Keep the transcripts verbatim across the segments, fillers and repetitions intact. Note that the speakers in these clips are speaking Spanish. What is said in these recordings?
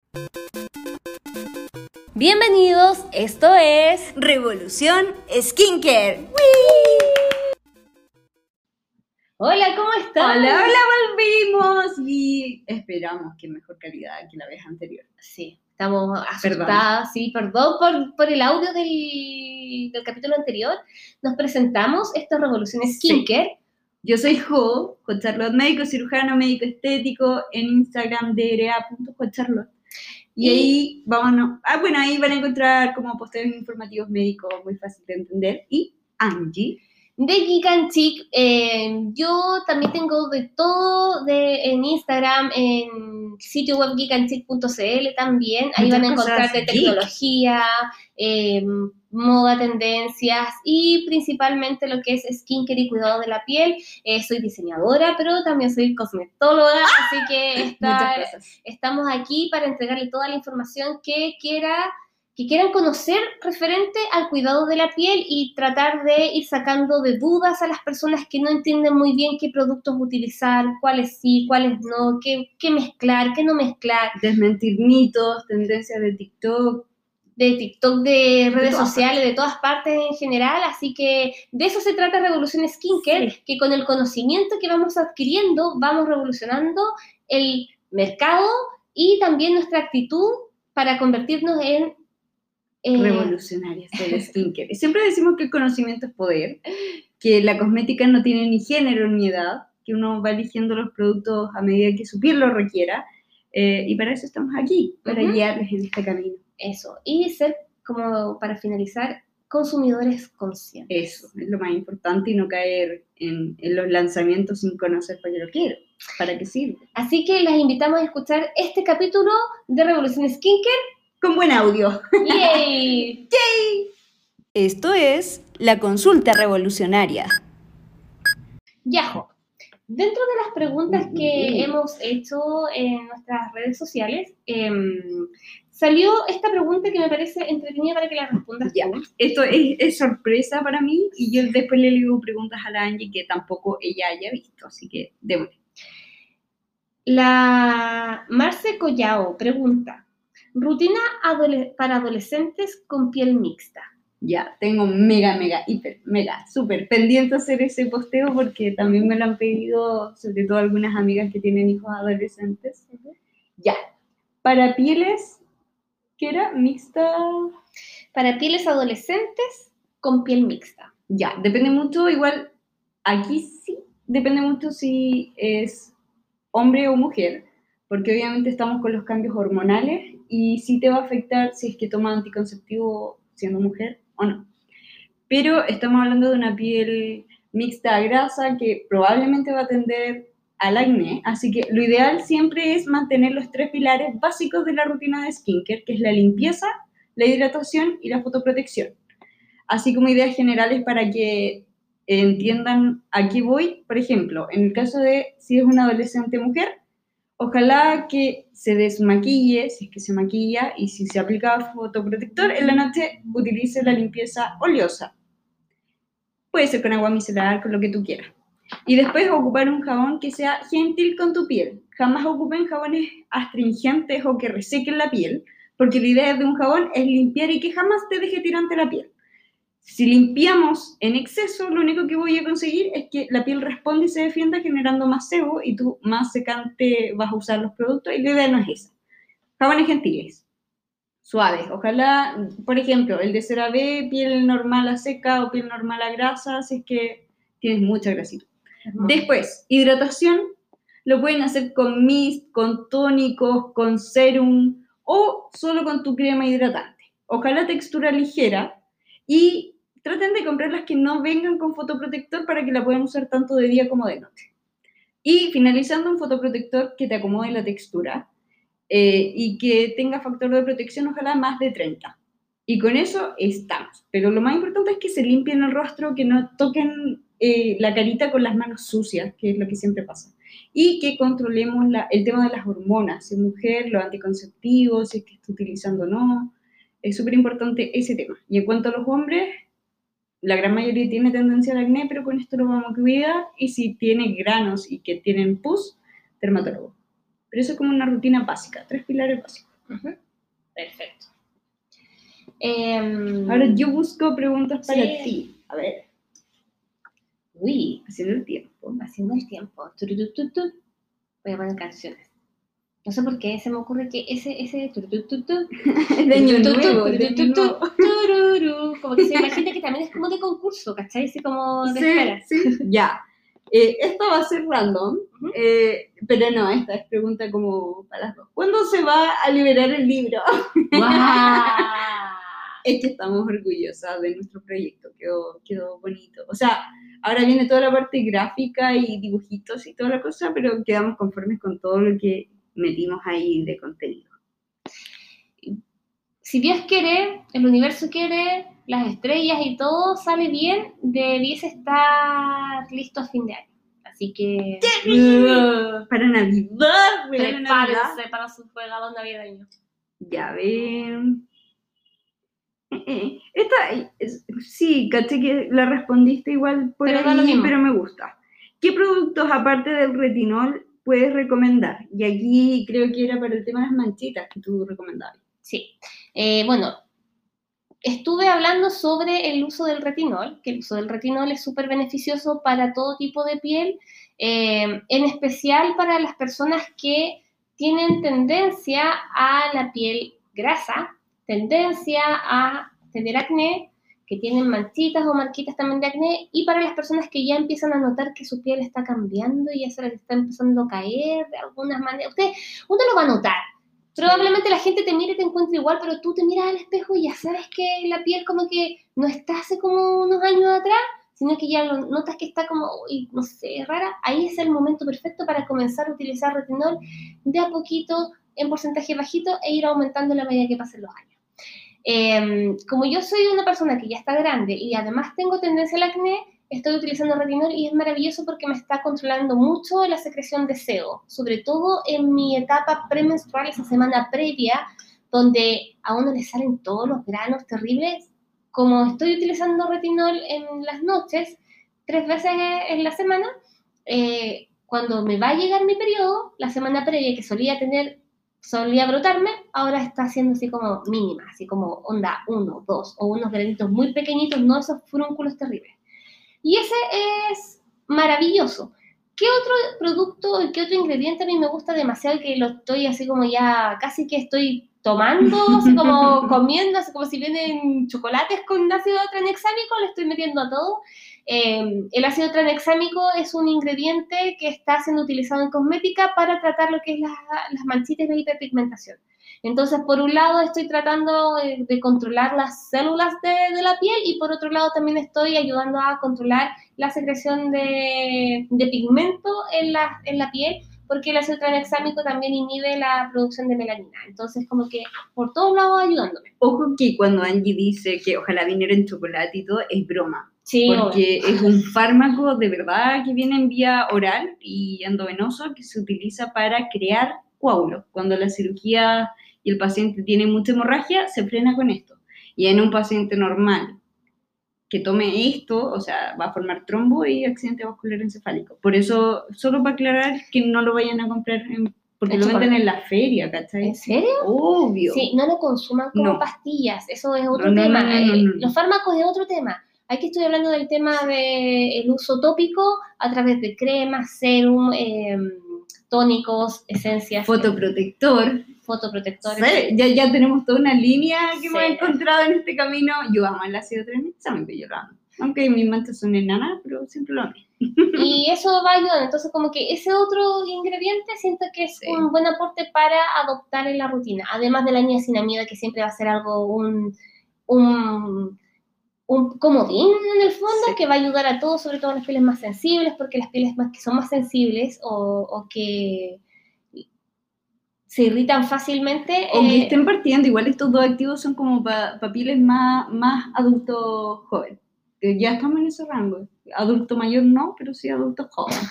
Bienvenidos, esto es Revolución Skincare. Hola, ¿cómo estás? Hola, hola, volvimos y esperamos que mejor calidad que la vez anterior. Sí, estamos asustadas, sí, perdón por, por el audio del, del capítulo anterior. Nos presentamos, esto es Revolución Skincare. Sí. Yo soy Jo, Jo Charlotte, médico cirujano, médico estético, en Instagram d r a punto jo charlotte. Y, y ahí vamos, ah, bueno, ahí van a encontrar como posteos informativos médicos muy fácil de entender. Y Angie, de Geek and Chic. Eh, yo también tengo de todo de, en Instagram, en sitio web geek and chic punto c l también. Ahí van a encontrar de tecnología, eh, moda, tendencias y principalmente lo que es skincare y cuidado de la piel. Eh, soy diseñadora, pero también soy cosmetóloga, ¡ah! Así que está, estamos aquí para entregarle toda la información que quiera que quieran conocer referente al cuidado de la piel y tratar de ir sacando de dudas a las personas que no entienden muy bien qué productos utilizar, cuáles sí, cuáles no, qué, qué mezclar, qué no mezclar. Desmentir mitos, tendencias de TikTok. De TikTok, de redes de sociales, partes. De todas partes en general, así que de eso se trata Revolución Skincare, sí. Que con el conocimiento que vamos adquiriendo vamos revolucionando el mercado y también nuestra actitud para convertirnos en Eh, revolucionarias del skincare. Siempre decimos que el conocimiento es poder, que la cosmética no tiene ni género ni edad, que uno va eligiendo los productos a medida que su piel lo requiera, eh, y para eso estamos aquí, para uh-huh. guiarles en este camino. Eso, y ser, como para finalizar, consumidores conscientes. Eso, es lo más importante y no caer en, en los lanzamientos sin conocer para qué lo quiero, para qué sirve. Así que las invitamos a escuchar este capítulo de Revolución Skincare con buen audio. ¡Yay! ¡Yay! Esto es la consulta revolucionaria. Yajo, dentro de las preguntas que uh-huh. hemos hecho en nuestras redes sociales, eh, salió esta pregunta que me parece entretenida para que la respondas ya. tú. Esto es, es sorpresa para mí y yo después le digo preguntas a la Angie que tampoco ella haya visto, así que démosle. La Marce Collao pregunta: rutina adole- para adolescentes con piel mixta. Ya, tengo mega, mega, hiper, mega, súper pendiente hacer ese posteo porque también me lo han pedido, sobre todo algunas amigas que tienen hijos adolescentes. Uh-huh. Ya, para pieles, ¿qué era? Mixta. Para pieles adolescentes con piel mixta. Ya, depende mucho, igual, aquí sí, depende mucho si es hombre o mujer, porque obviamente estamos con los cambios hormonales y sí te va a afectar si es que toma anticonceptivo siendo mujer o no. Pero estamos hablando de una piel mixta grasa que probablemente va a tender al acné, así que lo ideal siempre es mantener los tres pilares básicos de la rutina de skincare, que es la limpieza, la hidratación y la fotoprotección. Así como ideas generales para que entiendan a qué voy. Por ejemplo, en el caso de si es una adolescente mujer, ojalá que se desmaquille, si es que se maquilla, y si se aplica fotoprotector, en la noche utilice la limpieza oleosa. Puede ser con agua micelar, con lo que tú quieras. Y después ocupar un jabón que sea gentil con tu piel. Jamás ocupen jabones astringentes o que resequen la piel, porque la idea de un jabón es limpiar y que jamás te deje tirante la piel. Si limpiamos en exceso, lo único que voy a conseguir es que la piel responda y se defienda generando más sebo y tú más secante vas a usar los productos y la idea no es esa. Jabones gentiles, suaves. Ojalá, por ejemplo, el de CeraVe, piel normal a seca o piel normal a grasa, si es que tienes mucha grasita. Uh-huh. Después, hidratación, lo pueden hacer con mist, con tónicos, con serum o solo con tu crema hidratante. Ojalá textura ligera. Y traten de comprar las que no vengan con fotoprotector para que la puedan usar tanto de día como de noche. Y finalizando, un fotoprotector que te acomode la textura eh, y que tenga factor de protección, ojalá más de treinta. Y con eso estamos. Pero lo más importante es que se limpien el rostro, que no toquen eh, la carita con las manos sucias, que es lo que siempre pasa. Y que controlemos la, el tema de las hormonas, si es mujer, los anticonceptivos, si es que está utilizando o no. Es súper importante ese tema. Y en cuanto a los hombres, la gran mayoría tiene tendencia al acné, pero con esto lo vamos a cuidar. Y si tiene granos y que tienen pus, dermatólogo. Pero eso es como una rutina básica, tres pilares básicos. Uh-huh. Perfecto. Eh, Ahora yo busco preguntas para sí. ti. A ver. Uy, haciendo el tiempo. Haciendo el tiempo. Turutututu. Voy a poner canciones. No sé por qué se me ocurre que ese, ese turutututu, es de año nuevo, es de año nuevo. Tururu, como que se imagina que también es como de concurso, ¿cachai? Así como de sí, espera. Sí, ya. Eh, esta va a ser random, uh-huh. eh, pero no, esta es pregunta como para las dos. ¿Cuándo se va a liberar el libro? ¡Wow! Es que estamos orgullosas de nuestro proyecto, quedó, quedó bonito. O sea, ahora viene toda la parte gráfica y dibujitos y toda la cosa, pero quedamos conformes con todo lo que metimos ahí de contenido. Si Dios quiere, el universo quiere, las estrellas y todo sale bien, debiese estar listo a fin de año. Así que... Uh, para Navidad, prepárense para su regalo navideño. Ya ven. Esta, es, sí, caché que la respondiste igual por pero ahí, no pero me gusta. ¿Qué productos, aparte del retinol, puedes recomendar? Y aquí creo que era para el tema de las manchitas que tú recomendabas. Sí. Eh, bueno, estuve hablando sobre el uso del retinol, que el uso del retinol es súper beneficioso para todo tipo de piel, eh, en especial para las personas que tienen tendencia a la piel grasa, tendencia a tener acné, que tienen manchitas o marquitas también de acné, y para las personas que ya empiezan a notar que su piel está cambiando y ya se les está empezando a caer de algunas maneras. Usted, uno lo va a notar. Probablemente la gente te mire y te encuentre igual, pero tú te miras al espejo y ya sabes que la piel como que no está hace como unos años atrás, sino que ya lo notas que está como, uy, no sé, rara. Ahí es el momento perfecto para comenzar a utilizar retinol de a poquito, en porcentaje bajito, e ir aumentando a medida que pasen los años. Eh, como yo soy una persona que ya está grande y además tengo tendencia al acné, estoy utilizando retinol y es maravilloso porque me está controlando mucho la secreción de sebo, sobre todo en mi etapa premenstrual, esa semana previa, donde a uno le salen todos los granos terribles. Como estoy utilizando retinol en las noches, tres veces en la semana, eh, cuando me va a llegar mi periodo, la semana previa que solía tener, solía brotarme, ahora está haciendo así como mínima, así como onda uno, dos, o unos granitos muy pequeñitos, no esos furúnculos terribles. Y ese es maravilloso. ¿Qué otro producto, qué otro ingrediente a mí me gusta demasiado y que lo estoy así como ya, casi que estoy tomando, así como comiendo, así como si vienen chocolates con ácido tranexámico, le estoy metiendo a todo? Eh, el ácido tranexámico es un ingrediente que está siendo utilizado en cosmética para tratar lo que es la, las manchitas de hiperpigmentación. Entonces, por un lado estoy tratando de, de controlar las células de, de la piel y por otro lado también estoy ayudando a controlar la secreción de, de pigmento en la, en la piel, porque el ácido tranexámico también inhibe la producción de melanina. Entonces, como que por todos lados ayudándome. Ojo que cuando Angie dice que ojalá viniera en chocolate y todo, es broma. Sí, porque obvio. Es un fármaco de verdad que viene en vía oral y endovenoso que se utiliza para crear coágulos. Cuando la cirugía y el paciente tiene mucha hemorragia, se frena con esto. Y en un paciente normal que tome esto, o sea, va a formar trombo y accidente vascular encefálico. Por eso, solo para aclarar que no lo vayan a comprar, en, porque lo venden en la feria, ¿cachai? ¿En serio? Obvio. Sí, no lo consuman como no. pastillas, eso es otro no, tema. No, no, no, no, no. Los fármacos es otro tema. Aquí estoy hablando del tema del uso tópico a través de cremas, serum, eh, tónicos, esencias. Fotoprotector. Eh, fotoprotectores. Sí, ya, ya tenemos toda una línea que sí. hemos encontrado en este camino. Yo amo el ácido tranexámico, yo lo amo. Aunque mis manchas son enanas, pero siempre lo amo. Y eso va ayudando. Entonces, como que ese otro ingrediente siento que es sí. un buen aporte para adoptar en la rutina. Además de la niacinamida, que siempre va a ser algo, un... un un comodín en el fondo sí. que va a ayudar a todos, sobre todo a las pieles más sensibles, porque las pieles más que son más sensibles o, o que se irritan fácilmente. O que eh, estén partiendo, igual estos dos activos son como para pa pieles más, más adulto joven, que ya estamos en ese rango. Adulto mayor no, pero sí adulto joven.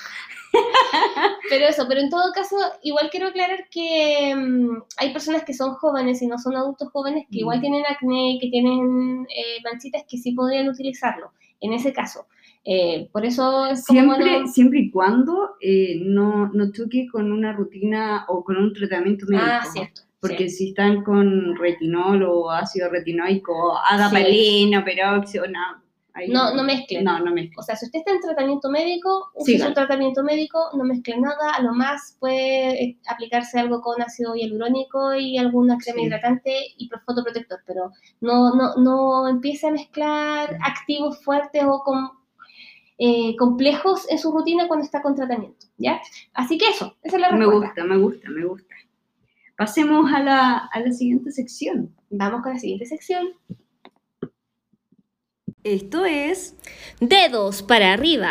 Pero eso, pero en todo caso, igual quiero aclarar que um, hay personas que son jóvenes y no son adultos jóvenes que mm. igual tienen acné, que tienen eh, manchitas que sí podrían utilizarlo, en ese caso. Eh, por eso es como siempre, bueno... siempre y cuando eh, no, no choque con una rutina o con un tratamiento médico. Ah, cierto. Porque Sí. si están con retinol o ácido retinoico, agapanina, peróxido, no. Ahí No, no mezclen. No, no mezclen. O sea, si usted está en tratamiento médico, use Sígalo. su tratamiento médico, no mezcle nada, a lo más puede aplicarse algo con ácido hialurónico y alguna crema Sí. hidratante y fotoprotector, pero no, no, no empiece a mezclar activos fuertes o con, eh, complejos en su rutina cuando está con tratamiento, ¿ya? Así que eso, esa es la Me respuesta. gusta, me gusta, me gusta. Pasemos a la, a la siguiente sección. Vamos con la siguiente sección. Esto es Dedos para arriba.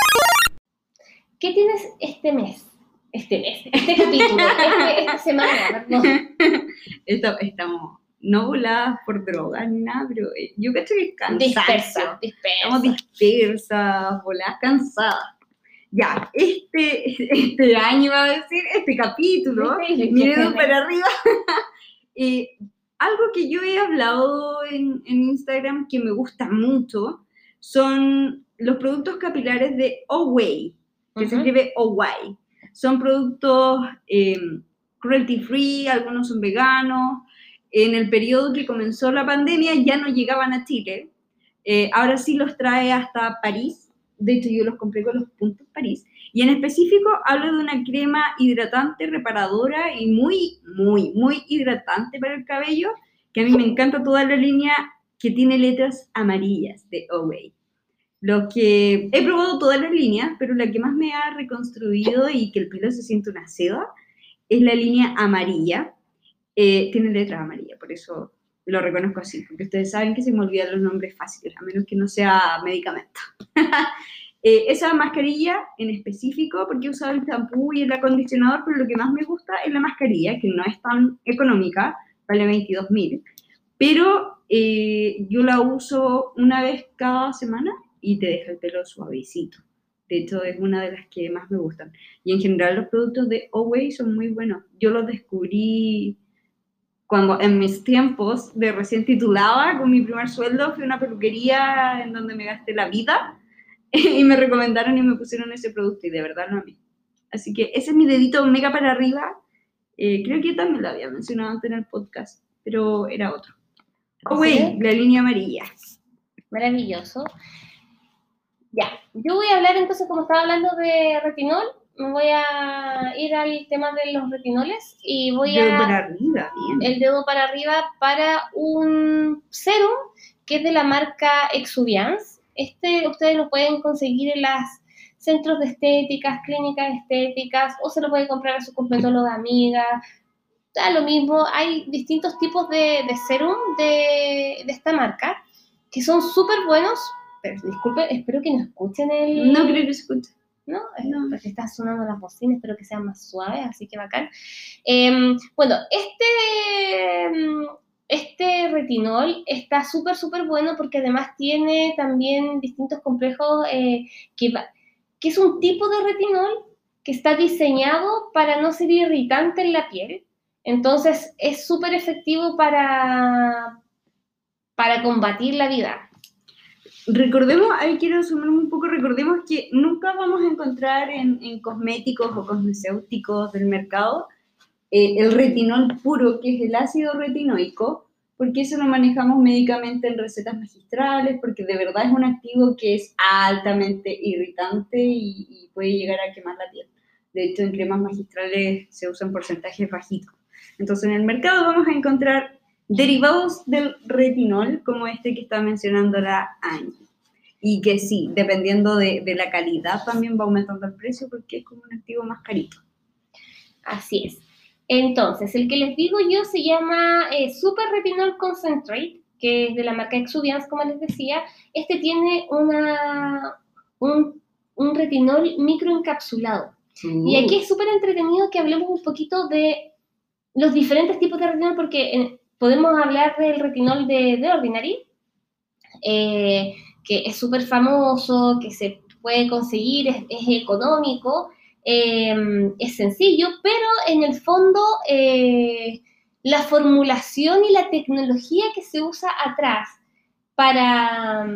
¿Qué tienes este mes? Este mes, este capítulo, este, esta semana, perdón. Esto, estamos no voladas por drogas ni nada, pero eh, yo creo que es cansancio. Dispersa, dispersa. Estamos dispersas, voladas, cansadas. Ya, este, este año, va a decir, este capítulo, mi dedo para arriba. eh, algo que yo he hablado en, en Instagram que me gusta mucho son los productos capilares de Oway, que uh-huh. se escribe Oway. Son productos eh, cruelty free, algunos son veganos. En el periodo que comenzó la pandemia ya no llegaban a Chile. Eh, ahora sí los trae hasta París. De hecho, yo los compré con los puntos París. Y en específico hablo de una crema hidratante, reparadora y muy, muy, muy hidratante para el cabello, que a mí me encanta toda la línea que tiene letras amarillas de Oway. Lo que he probado todas las líneas, pero la que más me ha reconstruido y que el pelo se siente una seda es la línea amarilla. Eh, tiene letras amarillas, por eso lo reconozco así, porque ustedes saben que se me olvidan los nombres fáciles, a menos que no sea medicamento. eh, esa mascarilla en específico, porque he usado el champú y el acondicionador, pero lo que más me gusta es la mascarilla, que no es tan económica, vale veintidós mil, pero eh, yo la uso una vez cada semana y te deja el pelo suavecito. De hecho, es una de las que más me gustan. Y en general los productos de Oway son muy buenos. Yo los descubrí cuando en mis tiempos de recién titulada, con mi primer sueldo, fui a una peluquería en donde me gasté la vida y me recomendaron y me pusieron ese producto y de verdad lo amé. Así que ese es mi dedito mega para arriba. Eh, creo que también lo había mencionado antes en el podcast, pero era otro. Oway, ¿sí? La línea amarilla. Maravilloso. Ya, yo voy a hablar entonces, como estaba hablando de retinol, me voy a ir al tema de los retinoles y voy dedo a... Dedo para arriba, bien. El dedo para arriba para un serum que es de la marca Exuviance. Este ustedes lo pueden conseguir en los centros de estéticas, clínicas estéticas, o se lo pueden comprar a su cosmetóloga amiga. Da lo mismo, hay distintos tipos de, de serum de, de esta marca que son súper buenos. Pero disculpe, espero que no escuchen el... No creo que escuchen. ¿No? no. Porque está sonando las bocinas, espero que sean más suaves, así que bacán. Eh, bueno, este, este retinol está súper, súper bueno porque además tiene también distintos complejos eh, que, que es un tipo de retinol que está diseñado para no ser irritante en la piel. Entonces, es súper efectivo para, para combatir la vida. Recordemos, ahí quiero sumarme un poco, recordemos que nunca vamos a encontrar en, en cosméticos o cosmecéuticos del mercado eh, el retinol puro, que es el ácido retinoico, porque eso lo manejamos médicamente en recetas magistrales, porque de verdad es un activo que es altamente irritante y, y puede llegar a quemar la piel. De hecho, en cremas magistrales se usan porcentajes bajitos. Entonces, en el mercado vamos a encontrar derivados del retinol, como este que está mencionando la Angie. Y que sí, dependiendo de, de la calidad, también va aumentando el precio porque es como un activo más carito. Así es. Entonces, el que les digo yo se llama eh, Super Retinol Concentrate, que es de la marca Exuviance, como les decía. Este tiene una, un, un retinol microencapsulado. Uh. Y aquí es súper entretenido que hablemos un poquito de los diferentes tipos de retinol, porque eh, podemos hablar del retinol de, de Ordinary, eh, que es súper famoso, que se puede conseguir, es, es económico, eh, es sencillo, pero en el fondo eh, la formulación y la tecnología que se usa atrás para...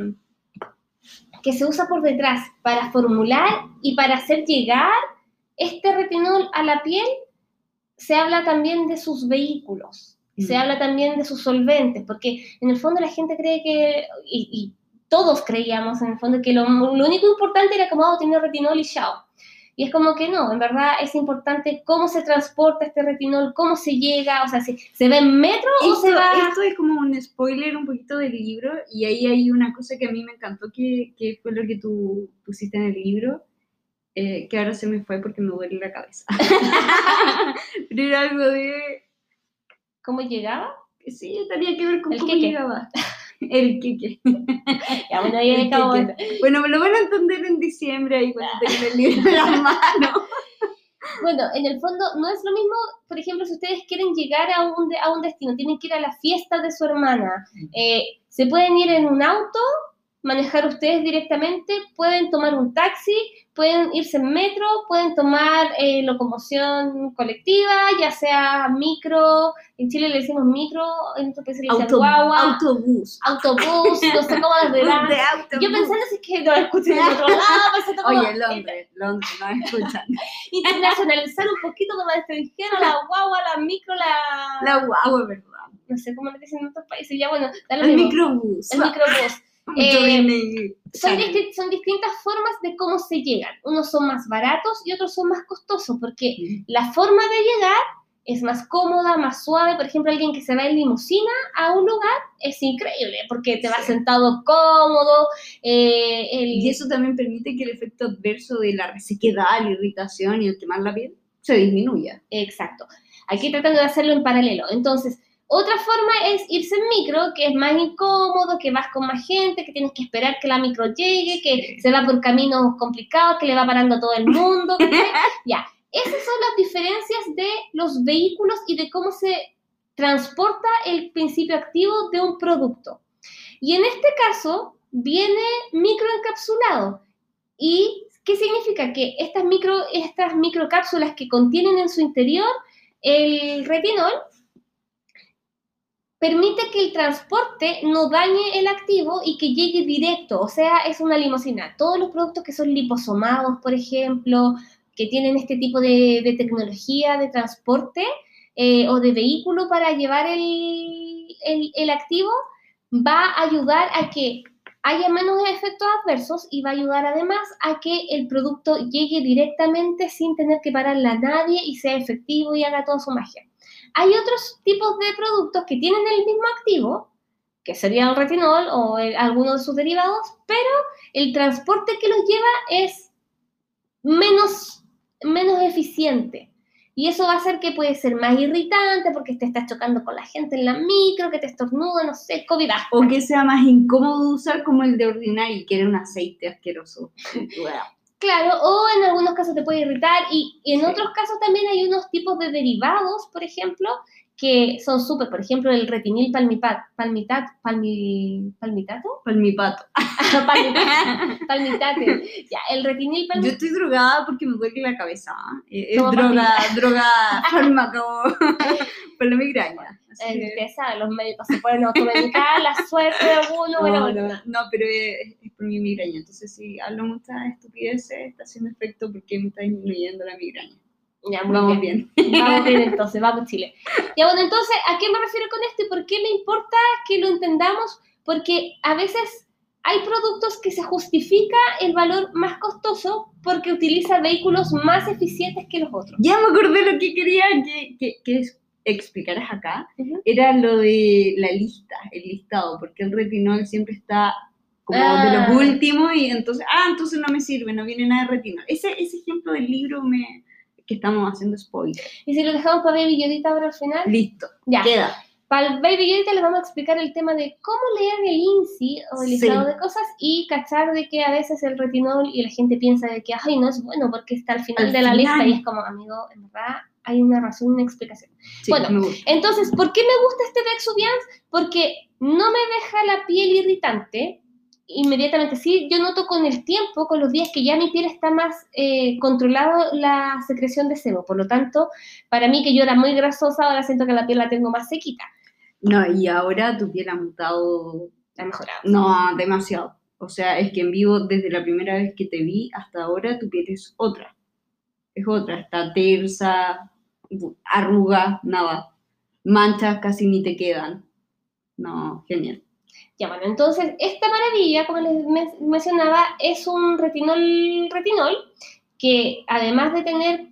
que se usa por detrás para formular y para hacer llegar este retinol a la piel se habla también de sus vehículos, mm. se habla también de sus solventes, porque en el fondo la gente cree que, y, y todos creíamos en el fondo que lo, lo único importante era como, oh, tener retinol y chao. Y es como que no, en verdad es importante cómo se transporta este retinol, cómo se llega, o sea, si se va en metro esto, o se va... Esto es como un spoiler un poquito del libro, y ahí hay una cosa que a mí me encantó, que, que fue lo que tú pusiste en el libro, eh, que ahora se me fue porque me duele la cabeza. Pero era algo de... ¿Cómo llegaba? Sí, tenía que ver con el cómo queque. llegaba. El queque. Ya, bueno, ahí acabo de... Bueno, me lo van a entender en diciembre ahí cuando tengan el libro en las manos. Bueno, en el fondo no es lo mismo, por ejemplo, si ustedes quieren llegar a un, de, a un destino, tienen que ir a la fiesta de su hermana, eh, se pueden ir en un auto, manejar ustedes directamente, pueden tomar un taxi, pueden irse en metro, pueden tomar eh, locomoción colectiva, ya sea micro, en Chile le decimos micro, en otros países le dicen Auto, guagua, autobús, autobús, no sé cómo las verán. Yo pensando si es que no escuché en otro lado, pensando como, oye, Londres, Londres, no escuchan. Internacionalizar un poquito como extranjero, la guagua, la micro, la... La guagua, ¿verdad? No sé cómo le dicen en otros países, ya bueno, el mismo. microbús. El microbús. Eh, son, disti- son distintas formas de cómo se llegan. Unos son más baratos y otros son más costosos, porque mm. la forma de llegar es más cómoda, más suave. Por ejemplo, alguien que se va en limusina a un lugar es increíble, porque te sí. vas sentado cómodo. Eh, el... Y eso también permite que el efecto adverso de la resequedad, la irritación y el quemar la piel se disminuya. Exacto. Aquí tratando de hacerlo en paralelo. Entonces, otra forma es irse en micro, que es más incómodo, que vas con más gente, que tienes que esperar que la micro llegue, que se va por caminos complicados, que le va parando a todo el mundo. Ya, esas son las diferencias de los vehículos y de cómo se transporta el principio activo de un producto. Y en este caso, viene microencapsulado. ¿Y qué significa? Que estas, micro, estas microcápsulas que contienen en su interior el retinol, permite que el transporte no dañe el activo y que llegue directo, o sea, es una limusina. Todos los productos que son liposomados, por ejemplo, que tienen este tipo de, de tecnología de transporte eh, o de vehículo para llevar el, el, el activo, va a ayudar a que haya menos efectos adversos y va a ayudar además a que el producto llegue directamente sin tener que pararle a nadie y sea efectivo y haga toda su magia. Hay otros tipos de productos que tienen el mismo activo, que sería el retinol o el, alguno de sus derivados, pero el transporte que los lleva es menos, menos eficiente. Y eso va a hacer que puede ser más irritante porque te estás chocando con la gente en la micro, que te estornuda, no sé, COVID. O que sea más incómodo de usar como el de ordinario, que era un aceite asqueroso. Claro, o en algunos casos te puede irritar y, y en sí. otros casos también hay unos tipos de derivados, por ejemplo, que son súper, por ejemplo, el retinil palmipat, palmitat, palmi, palmitato. Palmipato. palmitate, palmitate. Ya, el retinil palmitate. Yo estoy drogada porque me duele la cabeza. Es droga, droga, fármaco, por la migraña. Eh, que... Usted sabe, los médicos se pueden automedicar, la suerte de alguno. No, bueno, no, no, pero es, es por mi migraña. Entonces, si hablo muchas estupideces, está haciendo efecto porque me está disminuyendo la migraña. Ya, muy vamos bien. bien. Vamos bien, entonces, vamos Chile. Ya, bueno, entonces, ¿a qué me refiero con esto y por qué me importa que lo entendamos? Porque a veces hay productos que se justifica el valor más costoso porque utiliza vehículos más eficientes que los otros. Ya me acordé lo que quería que, que, que explicaras acá. Uh-huh. Era lo de la lista, el listado, porque el retinol siempre está como ah. de los últimos y entonces, ah, entonces no me sirve, no viene nada de retinol. Ese, ese ejemplo del libro me... que estamos haciendo spoiler. ¿Y si lo dejamos para Baby Yodita ahora al final? Listo, ya. Queda. Para el Baby Yodita les vamos a explicar el tema de cómo leer el I N S I o el listado sí. de cosas y cachar de que a veces el retinol y la gente piensa de que, ay, no es bueno porque está al final al de la final. lista y es como, amigo, en verdad hay una razón, una explicación. Sí, bueno, entonces, ¿por qué me gusta este Dexuviance? Porque no me deja la piel irritante. Inmediatamente, sí, yo noto con el tiempo, con los días que ya mi piel está más eh, controlado la secreción de sebo, por lo tanto, para mí que yo era muy grasosa, ahora siento que la piel la tengo más sequita. No, y ahora tu piel ha mutado, ha mejorado. No, demasiado. O sea, es que en vivo, desde la primera vez que te vi hasta ahora, tu piel es otra. Es otra, está tersa, arrugas, nada. Manchas casi ni te quedan. No, genial. Ya, bueno, entonces, esta maravilla, como les men- mencionaba, es un retinol, retinol que además de tener,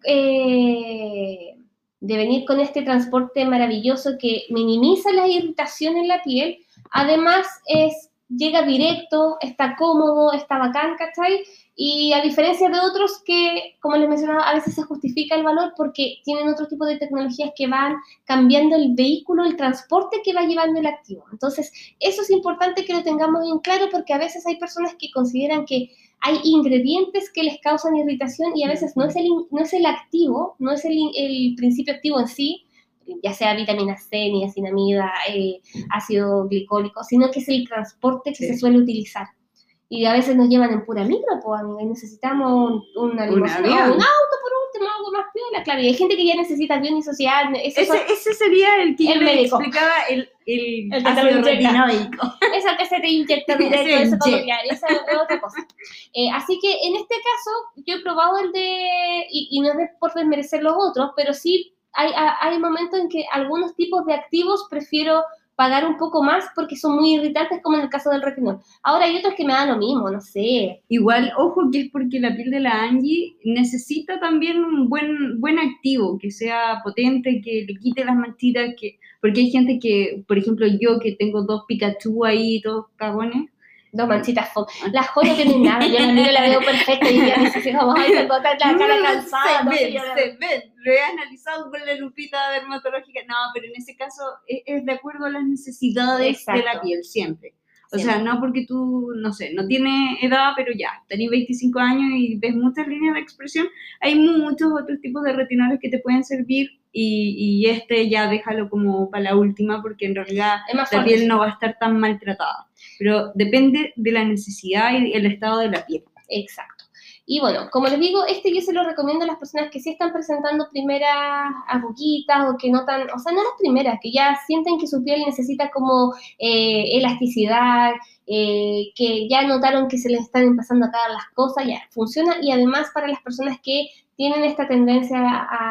eh, de venir con este transporte maravilloso que minimiza la irritación en la piel, además es, llega directo, está cómodo, está bacán, ¿cachai? Y a diferencia de otros que, como les mencionaba, a veces se justifica el valor porque tienen otro tipo de tecnologías que van cambiando el vehículo, el transporte que va llevando el activo. Entonces, eso es importante que lo tengamos en claro porque a veces hay personas que consideran que hay ingredientes que les causan irritación y a veces no es el, no es el activo, no es el, el principio activo en sí, ya sea vitamina C, niacinamida, eh, ácido glicólico, sino que es el transporte que sí. se suele utilizar. Y a veces nos llevan en pura micro, pues, amiga, y necesitamos una limusina o un auto por último, algo más piola, claro. Y hay gente que ya necesita avión y sociedad. Ese, son, ese sería el que el yo médico. Le explicaba el, el, el ácido retinoico. Eso que se te inyecta directo, eso todo ya, esa es otra cosa. Eh, así que en este caso, yo he probado el de, y, y no es por desmerecer los otros, pero sí hay, hay momentos en que algunos tipos de activos prefiero pagar un poco más porque son muy irritantes, como en el caso del retinol. Ahora hay otros que me dan lo mismo, no sé. Igual, ojo, que es porque la piel de la Angie necesita también un buen, buen activo, que sea potente, que le quite las manchitas, que, porque hay gente que, por ejemplo, yo que tengo dos Pikachu ahí, todos cagones. Dos manchitas. Las joyas no tienen nada, yo la miro y la veo perfecta y ya dice así como, ay, tengo la cara cansada. Se no ven, se ven, lo he analizado con la lupita dermatológica, no, pero en ese caso es, es de acuerdo a las necesidades Exacto. de la piel, siempre. O siempre. sea, no porque tú, no sé, no tienes edad, pero ya, tenés veinticinco años y ves muchas líneas de expresión, hay muchos otros tipos de retinoles que te pueden servir y, y este ya déjalo como para la última porque en realidad la piel no va a estar tan maltratada. Pero depende de la necesidad y el estado de la piel. Exacto. Y bueno, como les digo, este yo se lo recomiendo a las personas que sí están presentando primeras arruguitas o que notan, o sea, no las primeras, que ya sienten que su piel necesita como eh, elasticidad, eh, que ya notaron que se les están empezando a caer las cosas, ya funciona. Y además para las personas que tienen esta tendencia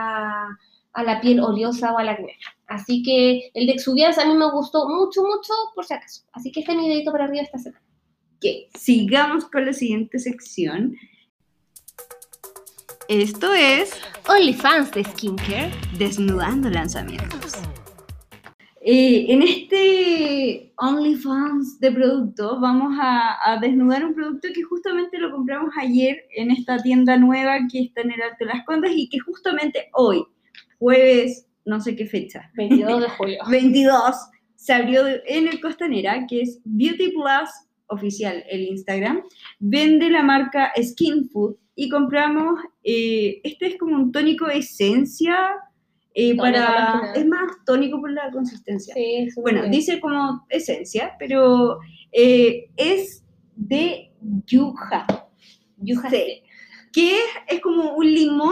a, a la piel oleosa o a la acné. Así que el de Exuviance a mí me gustó mucho, mucho, por si acaso. Así que este es mi dedito para arriba esta semana. Okay. Sigamos con la siguiente sección. Esto es OnlyFans de Skincare, desnudando lanzamientos. Eh, en este OnlyFans de productos vamos a, a desnudar un producto que justamente lo compramos ayer en esta tienda nueva que está en el Alto de las Condes y que justamente hoy, jueves, no sé qué fecha. veintidós de julio. veintidós, se abrió en el Costanera, que es Beauty Plus oficial, el Instagram. Vende la marca Skin Food y compramos, eh, este es como un tónico esencia, eh, para, es más tónico por la consistencia. Sí, bueno, bien. dice como esencia, pero eh, es de yuja. Yuja sí, que es, es como un limón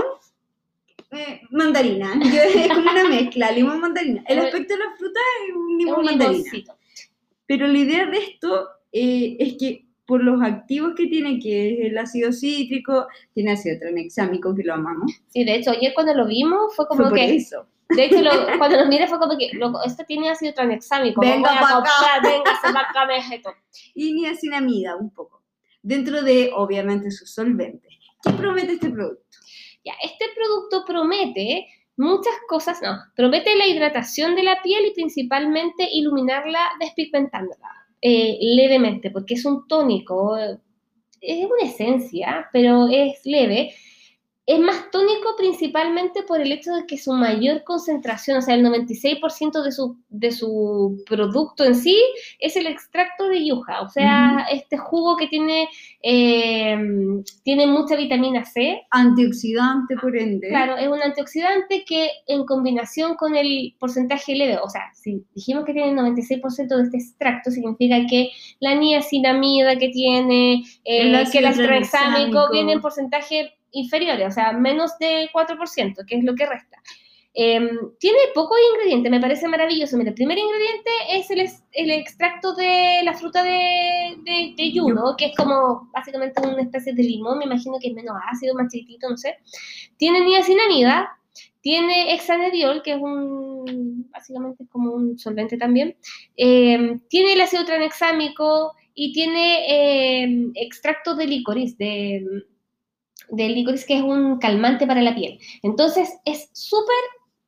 Eh, mandarina, yo, es como una mezcla, limón mandarina. El aspecto de la fruta es un limón es un mandarina. Limoncito. Pero la idea de esto eh, es que por los activos que tiene, que es el ácido cítrico, tiene ácido tranexámico, que lo amamos. Sí, de hecho, ayer cuando lo vimos fue como fue por que... eso. De hecho, lo, cuando lo miré fue como que, loco, esto tiene ácido tranexámico. Venga para acá. Venga, se va acá, esto. Y niacinamida, un poco. Dentro de, obviamente, sus solventes. ¿Qué promete este producto? Ya, este producto promete muchas cosas, no, promete la hidratación de la piel y principalmente iluminarla despigmentándola eh, levemente, porque es un tónico, es una esencia, pero es leve. Es más tónico principalmente por el hecho de que su mayor concentración, o sea, el noventa y seis por ciento de su, de su producto en sí es el extracto de yuja, o sea, uh-huh. este jugo que tiene, eh, tiene mucha vitamina C. Antioxidante, por ende. Claro, es un antioxidante que en combinación con el porcentaje leve, o sea, si dijimos que tiene el noventa y seis por ciento de este extracto, significa que la niacinamida que tiene, eh, el que el tranexámico viene en porcentaje inferiores, o sea, menos de cuatro por ciento, que es lo que resta. Eh, tiene pocos ingredientes, me parece maravilloso. Mira, el primer ingrediente es el, el extracto de la fruta de, de, de yuno, que es como básicamente una especie de limón, me imagino que es menos ácido, más chiquitito, no sé. Tiene niacinamida, tiene hexanediol, que es un, básicamente es como un solvente también, eh, tiene el ácido tranexámico y tiene eh, extracto de licoriz, de, de licoriz que es un calmante para la piel. Entonces es súper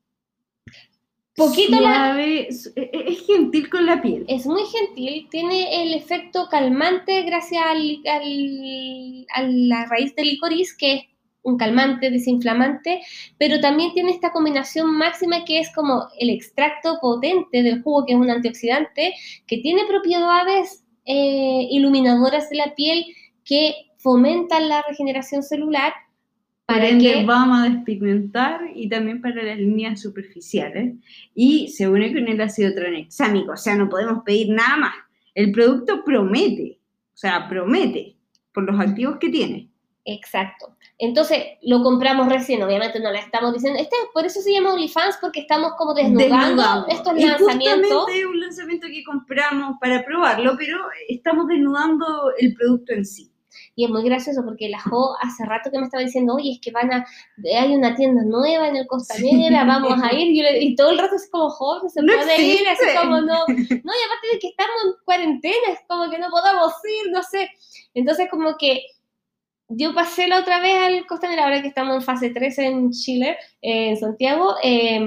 poquito suave, la... es gentil con la piel. Es muy gentil, tiene el efecto calmante gracias al, al, a la raíz de licoriz, que es un calmante, desinflamante, pero también tiene esta combinación máxima que es como el extracto potente del jugo, que es un antioxidante, que tiene propiedades eh, iluminadoras de la piel que fomentan la regeneración celular. Para que vamos a despigmentar y también para las líneas superficiales. Y se une con el ácido tranexámico, o sea, no podemos pedir nada más. El producto promete, o sea, promete por los activos que tiene. Exacto. Entonces, lo compramos recién, obviamente no le estamos diciendo, este, por eso se llama OnlyFans, porque estamos como desnudando, desnudando. estos y lanzamientos. Justamente es un lanzamiento que compramos para probarlo, pero estamos desnudando el producto en sí. Y es muy gracioso porque la Jo hace rato que me estaba diciendo, oye, es que van a, hay una tienda nueva en el Costanera, vamos a ir, y, yo le, y todo el rato es como, Jo, no se no puede existe. ir, así como no, no, y aparte de que estamos en cuarentena, es como que no podamos ir, no sé, entonces como que yo pasé la otra vez al Costanera, ahora que estamos en fase tres en Chile, eh, en Santiago, eh,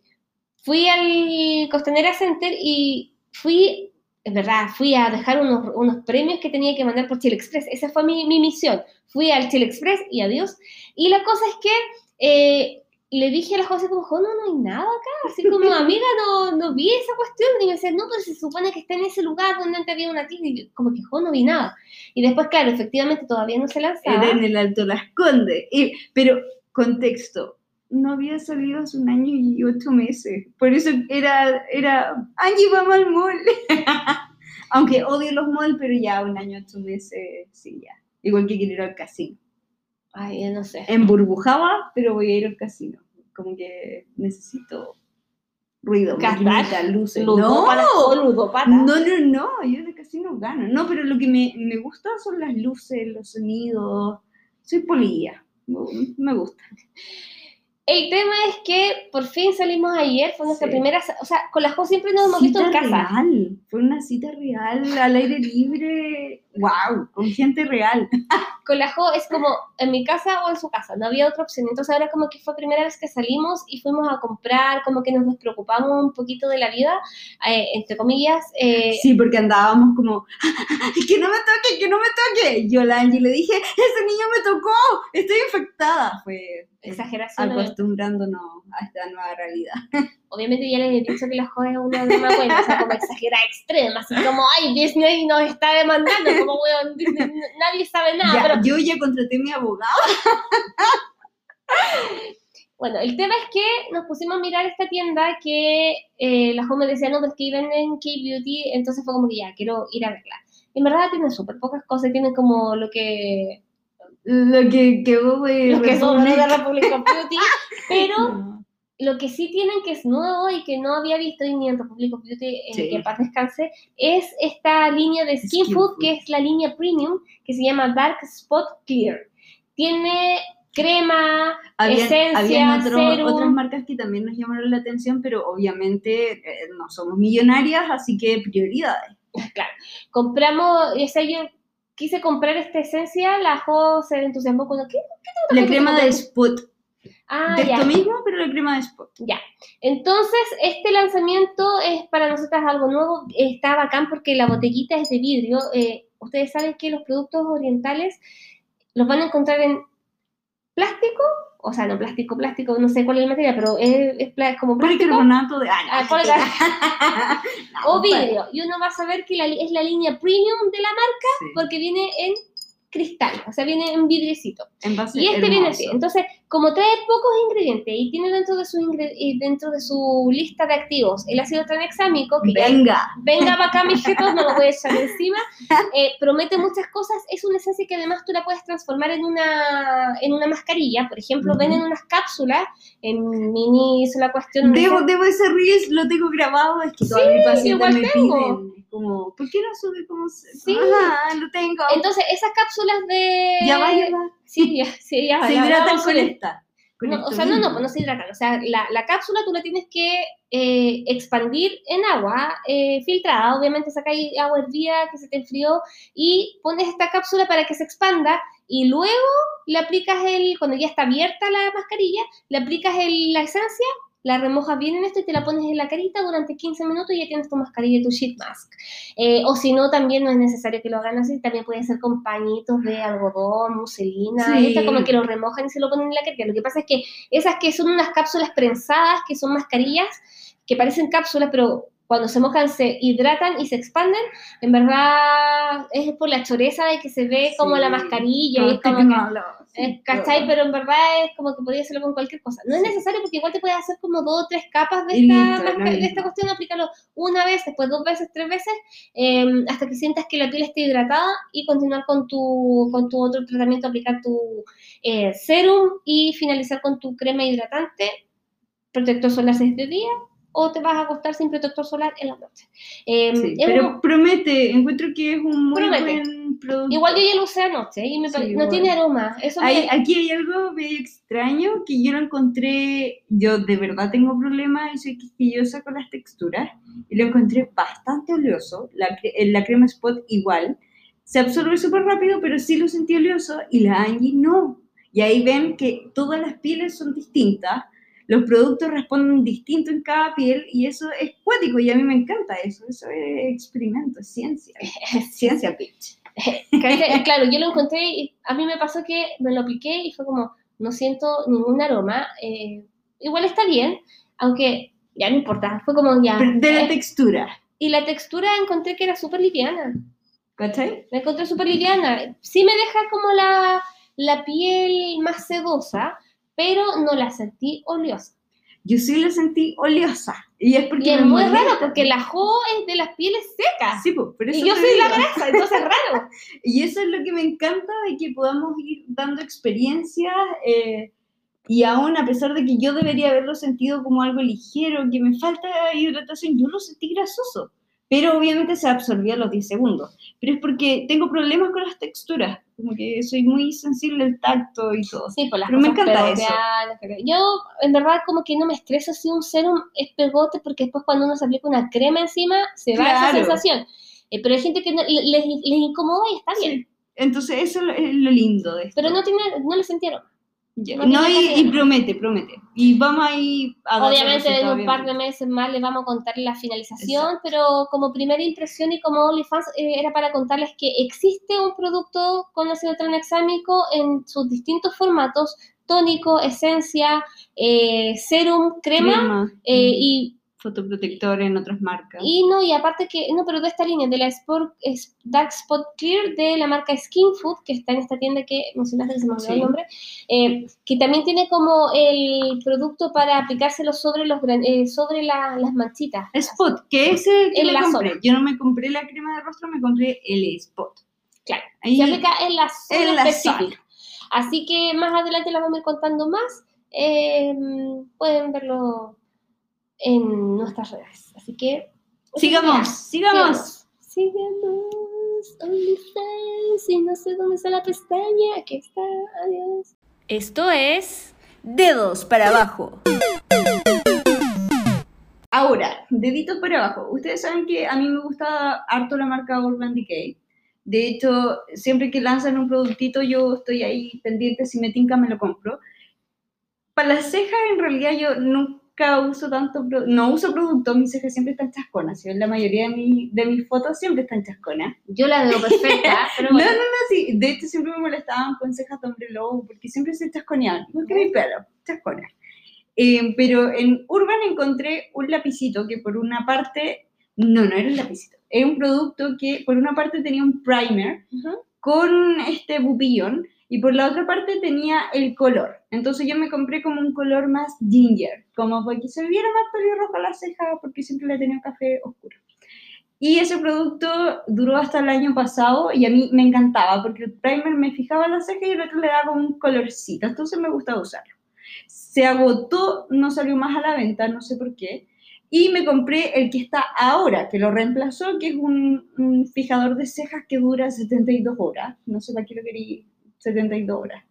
fui al Costanera Center y fui... Es verdad, fui a dejar unos, unos premios que tenía que mandar por Chile Express. Esa fue mi, mi misión. Fui al Chile Express y adiós. Y la cosa es que eh, le dije a la José como, jo, no, no hay nada acá. Así como, amiga, no, no vi esa cuestión. Y me decía, no, pero se supone que está en ese lugar donde antes había una tienda. Y yo, como que, jo, no vi nada. Y después, claro, efectivamente todavía no se lanzaba. Era en el Alto Las Condes. Y, pero, contexto. No había salido hace un año y ocho meses. Por eso era, era Angie, vamos al mall. Aunque odio los malls, pero ya un año, ocho meses, sí, ya. Igual que quiero ir al casino. Ay, yo no sé. Emburbujaba, pero voy a ir al casino. Como que necesito ruido, maquinita, luces. Ludópata, no, o ludópata. no, no, no, yo en el casino gano. No, pero lo que me, me gusta son las luces, los sonidos. Soy polilla, me gusta. El tema es que por fin salimos ayer, fue nuestra sí. primera, o sea, con la Jo siempre nos hemos cita visto en casa. Real, fue una cita real, al aire libre, wow, con gente real. Con la Jo es como en mi casa o en su casa, no había otra opción, entonces ahora como que fue primera vez que salimos y fuimos a comprar, como que nos despreocupamos un poquito de la vida, eh, entre comillas. Eh, sí, porque andábamos como, que no me toque, que no me toque. Yo a la Angie le dije, ese niño me tocó, estoy infectada. Fue exageración. Acostumbrándonos a esta nueva realidad. Obviamente ya les he dicho que la Jo es una broma buena, o sea, como exagerada extrema, así como, ay, Disney nos está demandando, como, weón, Disney, nadie sabe nada. Ya, pero... yo ya contraté a mi abogado. Bueno, el tema es que nos pusimos a mirar esta tienda que eh, la Jo me decía, no, pues que venden K-Beauty, entonces fue como que ya, quiero ir a verla. En verdad tienen súper pocas cosas, tienen como lo que... Lo que quedó de Lo que son de Republic of Beauty, pero... No. Lo que sí tienen que es nuevo y que no había visto ni en Republic of Beauty, eh, sí. que en paz descanse, es esta línea de Skin, Skin Food, Food, que es la línea premium, que se llama Dark Spot Clear. Tiene crema, habían, esencia, habían otro, serum. Otras marcas que también nos llamaron la atención, pero obviamente eh, no somos millonarias, así que prioridades. Claro, compramos, o sea, yo quise comprar esta esencia, la Jo se entusiasmó cuando, ¿qué? ¿Qué la crema de Spot. Ah, de ya. esto mismo, pero la crema de Spot. Ya. Entonces, este lanzamiento es para nosotras algo nuevo. Está bacán porque la botellita es de vidrio. Eh, ustedes saben que los productos orientales los van a encontrar en plástico, o sea, no plástico, plástico, no sé cuál es el material, pero es, es, es como plástico. Policarbonato de... Ah, no, ah, no, o vidrio. Y uno va a saber que la, es la línea premium de la marca, sí. porque viene en cristal, o sea, viene en vidriecito. En base y este hermoso. Viene así. Entonces, como trae pocos ingredientes y tiene dentro de su ingre dentro de su lista de activos el ácido tranexámico, que venga, ya, venga para acá, mis jetos, no lo voy a echar encima, eh, promete muchas cosas. Es una esencia que además tú la puedes transformar en una, en una mascarilla. Por ejemplo, uh-huh. venden unas cápsulas en mini, es la cuestión... Debo, de debo ese reels, lo tengo grabado, es que todas sí, mis pacientes igual me tengo. piden, como, ¿por qué no sube como se...? Sí, ajá, lo tengo. Entonces, esas cápsulas de... Ya va, ya va. Sí, ya, sí, ya va. Se hidratan con esta. No, o sea, no, no, pues no se hidratan. O sea, la, la cápsula tú la tienes que eh, expandir en agua eh, filtrada. Obviamente sacáis agua hervida que se te enfrió y pones esta cápsula para que se expanda y luego le aplicas el, cuando ya está abierta la mascarilla, le aplicas el, la esencia, la remojas bien en esto y te la pones en la carita durante quince minutos y ya tienes tu mascarilla, tu sheet mask. Eh, o si no, también no es necesario que lo hagan así, también puede ser con pañitos de algodón, muselina, Sí. esta como que lo remojan y se lo ponen en la carita. Lo que pasa es que esas que son unas cápsulas prensadas, que son mascarillas, que parecen cápsulas, pero cuando se mojan se hidratan y se expanden, en verdad es por la choreza de que se ve sí, como la mascarilla, y es como que, es, ¿cachai? Pero en verdad es como que podría hacerlo con cualquier cosa. No sí. es necesario porque igual te puedes hacer como dos o tres capas de esta, listo, de esta cuestión, aplicarlo una vez, después dos veces, tres veces, eh, hasta que sientas que la piel esté hidratada y continuar con tu, con tu otro tratamiento, aplicar tu eh, serum y finalizar con tu crema hidratante, protector solar seis de día, o te vas a acostar sin protector solar en la noche. Eh, sí, pero un, promete, encuentro que es un muy promete. buen producto. Igual yo ya lo usé anoche y me sí, no igual. tiene aroma. Eso hay, me... Aquí hay algo medio extraño que yo lo encontré, yo de verdad tengo problemas y soy quisquillosa con las texturas, y lo encontré bastante oleoso, la, la crema Spot igual, se absorbe súper rápido, pero sí lo sentí oleoso, y la Angie no. Y ahí ven que todas las pieles son distintas, los productos responden distinto en cada piel y eso es cuático y a mí me encanta eso, eso es experimento, es ciencia, es ciencia, bitch. Claro, yo lo encontré y a mí me pasó que me lo apliqué y fue como, no siento ningún aroma, eh, igual está bien, aunque ya no importa, fue como ya... De la eh, textura. Y la textura encontré que era súper liviana. ¿Cachai? La encontré súper liviana, sí me deja como la, la piel más sedosa, pero no la sentí oleosa. Yo sí la sentí oleosa. Y es porque y es me muy molesta. raro, porque la jo es de las pieles secas. Sí, pues, por eso y yo soy digo. la grasa, entonces es raro. Y eso es lo que me encanta, de que podamos ir dando experiencias, eh, y aún a pesar de que yo debería haberlo sentido como algo ligero, que me falta hidratación, yo lo sentí grasoso. Pero obviamente se absorbió a los diez segundos. Pero es porque tengo problemas con las texturas, como que soy muy sensible al tacto y todo. Sí, pues las pero cosas me encanta eso. Yo, en verdad, como que no me estreso si un serum es pegote, porque después cuando uno se aplica una crema encima, se va claro. esa sensación. Eh, pero hay gente que no, les, les incomoda y está bien. Sí. Entonces eso es lo lindo de esto. Pero no, tiene, no le sintieron. Yeah. No, no y, y promete, promete. Y vamos a ir a obviamente en un obviamente. par de meses más les vamos a contar la finalización. Exacto. Pero como primera impresión y como OnlyFans eh, era para contarles que existe un producto con ácido tranexámico en sus distintos formatos: tónico, esencia, eh, serum, crema, crema. Eh, mm. y fotoprotector en otras marcas. Y no, y aparte que, no, pero de esta línea, de la Sport, Dark Spot Clear de la marca Skin Food, que está en esta tienda que mencionaste, que se me olvidó sí. el nombre, eh, que también tiene como el producto para aplicárselo sobre los eh, sobre la, las manchitas. Spot, que es el que me compré. Zona. Yo no me compré la crema de rostro, me compré el Spot. Claro, ahí se aplica en la zona en la específica. Zona. Así que más adelante la vamos a ir contando más. Eh, pueden verlo en nuestras redes, así que sigamos, sigamos, sigamos, OnlyFans, y no sé dónde está la pestaña, aquí está, adiós. Esto es Dedos para Abajo. Ahora, deditos para abajo. Ustedes saben que a mí me gusta harto la marca Urban Decay. De hecho, siempre que lanzan un productito, yo estoy ahí pendiente, si me tinca me lo compro. Para las cejas, en realidad, yo nunca uso tanto, no uso producto, mis cejas siempre están chasconas, ¿sí? La mayoría de, mi, de mis fotos siempre están chasconas. Yo la veo perfecta, pero bueno. No, no, no, sí, de hecho siempre me molestaban con cejas de hombre lobo, porque siempre se chasconeaban, igual que mi pelo, chascona. Eh, pero en Urban encontré un lapicito que por una parte, no, no era un lapicito, era un producto que por una parte tenía un primer uh-huh. con este pupillón, y por la otra parte tenía el color. Entonces yo me compré como un color más ginger, como para que se viera más pelirroja la ceja, porque siempre la tenía café oscuro. Y ese producto duró hasta el año pasado y a mí me encantaba, porque el primer me fijaba en la ceja y el otro le daba como un colorcito, entonces me gustaba usarlo. Se agotó, no salió más a la venta, no sé por qué. Y me compré el que está ahora, que lo reemplazó, que es un, un fijador de cejas que dura setenta y dos horas. No sé para qué lo quería setenta y dos horas.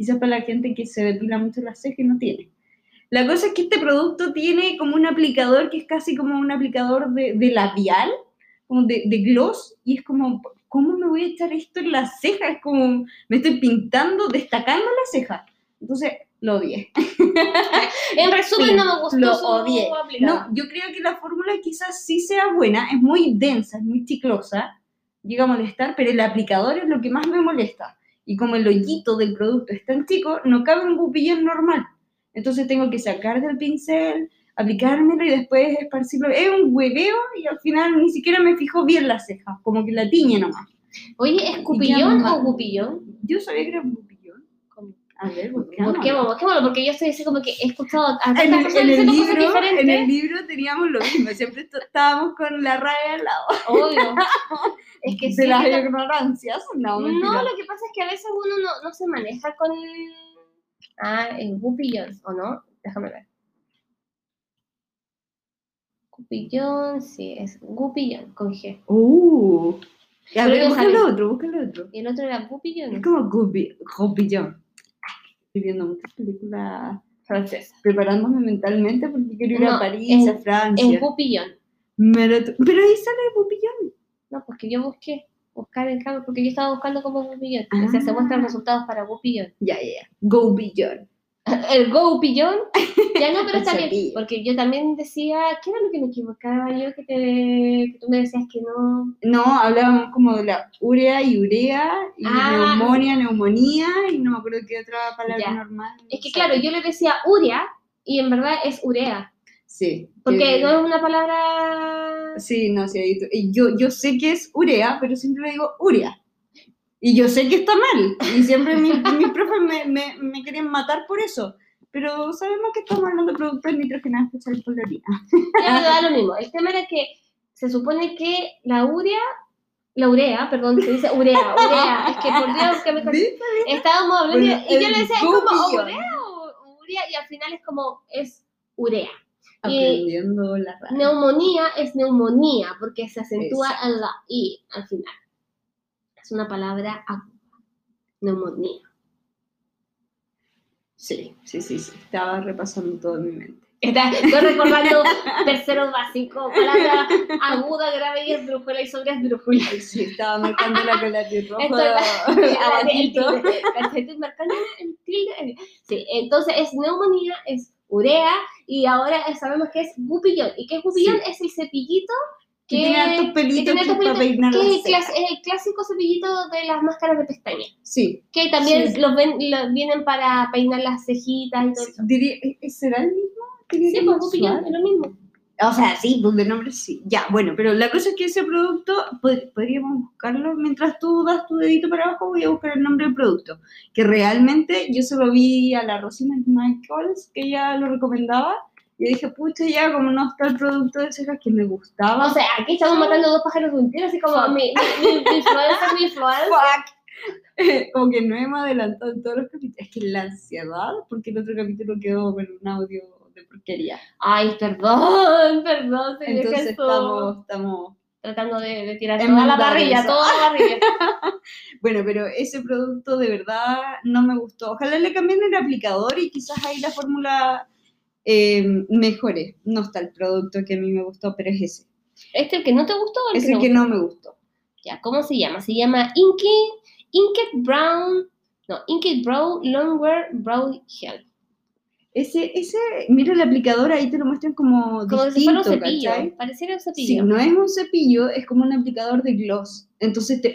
quizás para la gente que se depila mucho las cejas y no tiene. La cosa es que este producto tiene como un aplicador que es casi como un aplicador de, de labial, como de, de gloss, y es como, ¿cómo me voy a echar esto en las cejas? Es como, me estoy pintando, destacando las cejas. Entonces, lo odié. En resumen, sí, no me gustó lo su odié. aplicador. No, yo creo que la fórmula quizás sí sea buena, es muy densa, es muy chiclosa, llega a molestar, pero el aplicador es lo que más me molesta. Y como el hoyito del producto es tan chico, no cabe un pupillón normal. Entonces tengo que sacar del pincel, aplicármelo y después esparcirlo. Es un hueveo y al final ni siquiera me fijo bien las cejas, como que la tiñe nomás. Oye, ¿es cupillón o gupillón? Yo sabía que era gupillón. A ver, busquémoslo. Busquémoslo, busquémoslo, porque yo estoy así como que he escuchado a en, el, en, el libro, en el libro teníamos lo mismo, siempre estábamos con la raya al lado. Obvio. Es que de sí, las que ignorancias. No, no, lo que pasa es que a veces uno no, no se maneja con... Ah, el gupillón, ¿o no? Déjame ver. Gupillón, sí, es gupillón, con G. Uh, a ver, busca el otro, busca el otro. Y el otro era gupillón. Es como gupi, gupillón. Estoy viendo muchas películas francesas. Preparándome mentalmente porque quiero ir no, a París, es, a Francia. Es gupillón. Pero ahí sale el gupillón. No, pues que yo busqué. Buscar el cambio, porque yo estaba buscando como gupillón. Ah. O sea, se muestran resultados para gupillón. Ya, ya, ya. Go Billón. El Go Pillón, ya no, pero está bien, porque yo también decía, ¿qué era lo que me equivocaba yo? Que, te, que tú me decías que no. No, hablábamos como de la urea y urea, y ah, neumonía, neumonía, y no me acuerdo qué otra palabra ya. normal. Es que claro, yo le decía urea, y en verdad es urea. Sí. Porque que... no es una palabra... Sí, no, sí, yo, yo sé que es urea, pero siempre le digo urea. Y yo sé que está mal, y siempre mis, mis profes me, me, me querían matar por eso. Pero sabemos que estamos hablando de productos nitrogenados que salen por la orina. Ya me da lo mismo. El tema era que se supone que la urea, la urea, perdón, se dice urea, urea. Es que por Dios que me ¿Viste? Estábamos hablando bueno, y yo le decía, ¿es como urea o urea? Y al final es como, es urea. Aprendiendo la radio. Neumonía es neumonía, porque se acentúa Exacto. en la I al final. Es una palabra aguda. Neumonía. Sí, sí, sí, sí. Estaba repasando todo en mi mente. Estoy recordando tercero básico, palabra aguda, grave y esdrújula y sobre esdrújula. Sí, estaba marcando la con la rojo abajito. Estoy marcando el tilde. Sí, entonces es neumonía, es urea, y ahora sabemos que es gupillón. ¿Y qué es gupillón? Sí. Es el cepillito que, que tiene hartos pelitos que, que para peinar que las es, cejas. Es el clásico cepillito de las máscaras de pestaña. Sí. Que también sí. Los, ven, los vienen para peinar las cejitas y todo eso. Diría, ¿será el mismo? Sí, pues gupillón, es lo mismo. O sea, sí, pues de nombre sí. Ya, bueno, pero la cosa es que ese producto, pod- podríamos buscarlo, mientras tú das tu dedito para abajo, voy a buscar el nombre del producto. Que realmente yo se lo vi a la Rosina Michaels, que ella lo recomendaba, y dije, pucha, ya, como no está el producto de cejas que me gustaba. O sea, aquí estamos matando dos pájaros de un tiro, así como Fuck. mi, mi, mi, mi influencer, mi influencer. Fuck. Como que no hemos adelantado en todos los capítulos. Es que la ansiedad, porque el otro capítulo quedó con un audio de porquería. Ay, perdón, perdón. Entonces estamos, estamos tratando de, de tirar toda la parrilla, eso. toda la parrilla. Bueno, pero ese producto de verdad no me gustó. Ojalá le cambien el aplicador y quizás ahí la fórmula eh, mejore. No está el producto que a mí me gustó, pero es ese. ¿Este el que no te gustó o el es que el no que no me gustó? Ya, ¿cómo se llama? Se llama Inky, Inked Brown, no, Inked Brow Longwear Brow Gel. Ese, ese, mira el aplicador, ahí te lo muestran como, como distinto, si fuera un cepillo, ¿cachai? Pareciera un cepillo. Sí, no es un cepillo, es como un aplicador de gloss. Entonces te...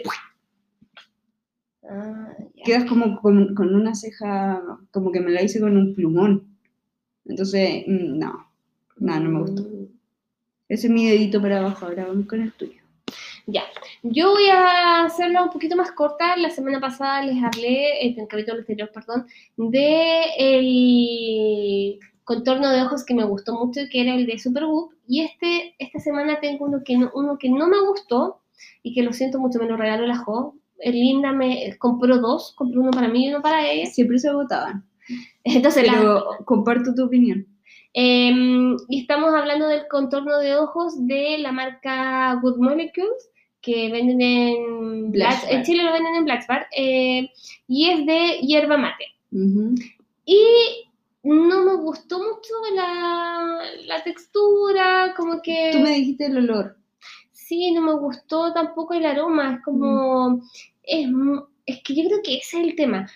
Ah, ya. Quedas como con, con una ceja, como que me la hice con un plumón. Entonces, no, no, no me gustó. Ese es mi dedito para abajo, ahora vamos con el tuyo. Ya, yo voy a hacerla un poquito más corta. La semana pasada les hablé, en el capítulo anterior, perdón, de el contorno de ojos que me gustó mucho, que era el de Supergoop. Y este, esta semana tengo uno que, no, uno que no me gustó y que lo siento mucho, me lo regaló la Jo. Linda me compró dos, compró uno para mí y uno para ella. Siempre se agotaban. Entonces, Pero la... comparto tu opinión. Eh, y estamos hablando del contorno de ojos de la marca Good Molecules, que venden en Black, en Chile lo venden en Blackspar, eh, y es de hierba mate. Uh-huh. Y no me gustó mucho la, la textura, como que... Tú me dijiste el olor. Sí, no me gustó tampoco el aroma, es como... Mm. Es, es que yo creo que ese es el tema.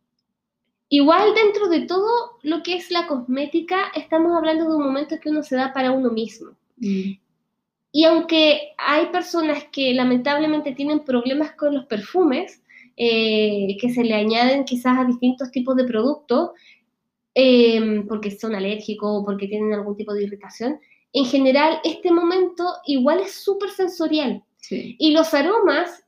Igual dentro de todo lo que es la cosmética, estamos hablando de un momento que uno se da para uno mismo. Mm. Y aunque hay personas que lamentablemente tienen problemas con los perfumes, eh, que se le añaden quizás a distintos tipos de productos, eh, porque son alérgicos o porque tienen algún tipo de irritación, en general este momento igual es súper sensorial. Sí. Y los aromas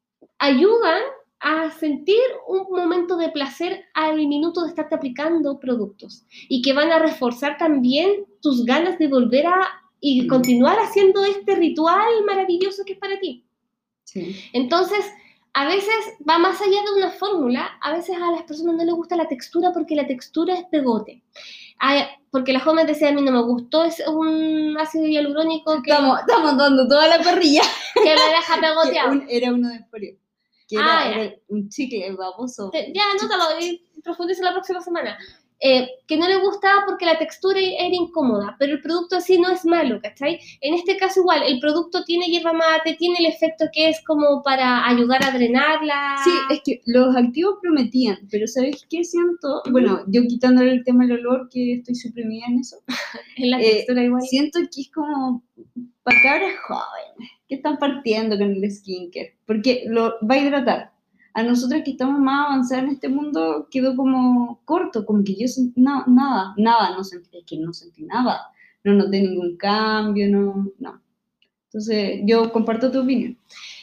ayudan a sentir un momento de placer al minuto de estarte aplicando productos y que van a reforzar también tus ganas de volver a y mm. continuar haciendo este ritual maravilloso que es para ti. Sí. Entonces, a veces va más allá de una fórmula, a veces a las personas no les gusta la textura porque la textura es pegote. Ay, porque la joven decía, a mí no me gustó, es un ácido hialurónico que... Estamos, estamos dando toda la parrilla. Que me deja pegoteado. Un, era uno de Forio. Que era, ah, era un chicle baboso. Te, ya, anótalo y profundiza la próxima semana. Eh, que no le gustaba porque la textura era incómoda, pero el producto así no es malo, ¿cachai? En este caso igual, el producto tiene hierba mate, tiene el efecto que es como para ayudar a drenarla. Sí, es que los activos prometían, pero ¿sabes qué siento? Uh-huh. Bueno, yo quitándole el tema del olor, que estoy suprimida en eso. En la textura eh, igual. Siento que es como para cabras jóvenes que están partiendo con el skincare, porque lo va a hidratar. A nosotras que estamos más avanzadas en este mundo quedó como corto, como que yo sentí no, nada, nada, no sentí, es que no sentí nada, no noté ningún cambio, no, no. Entonces, yo comparto tu opinión.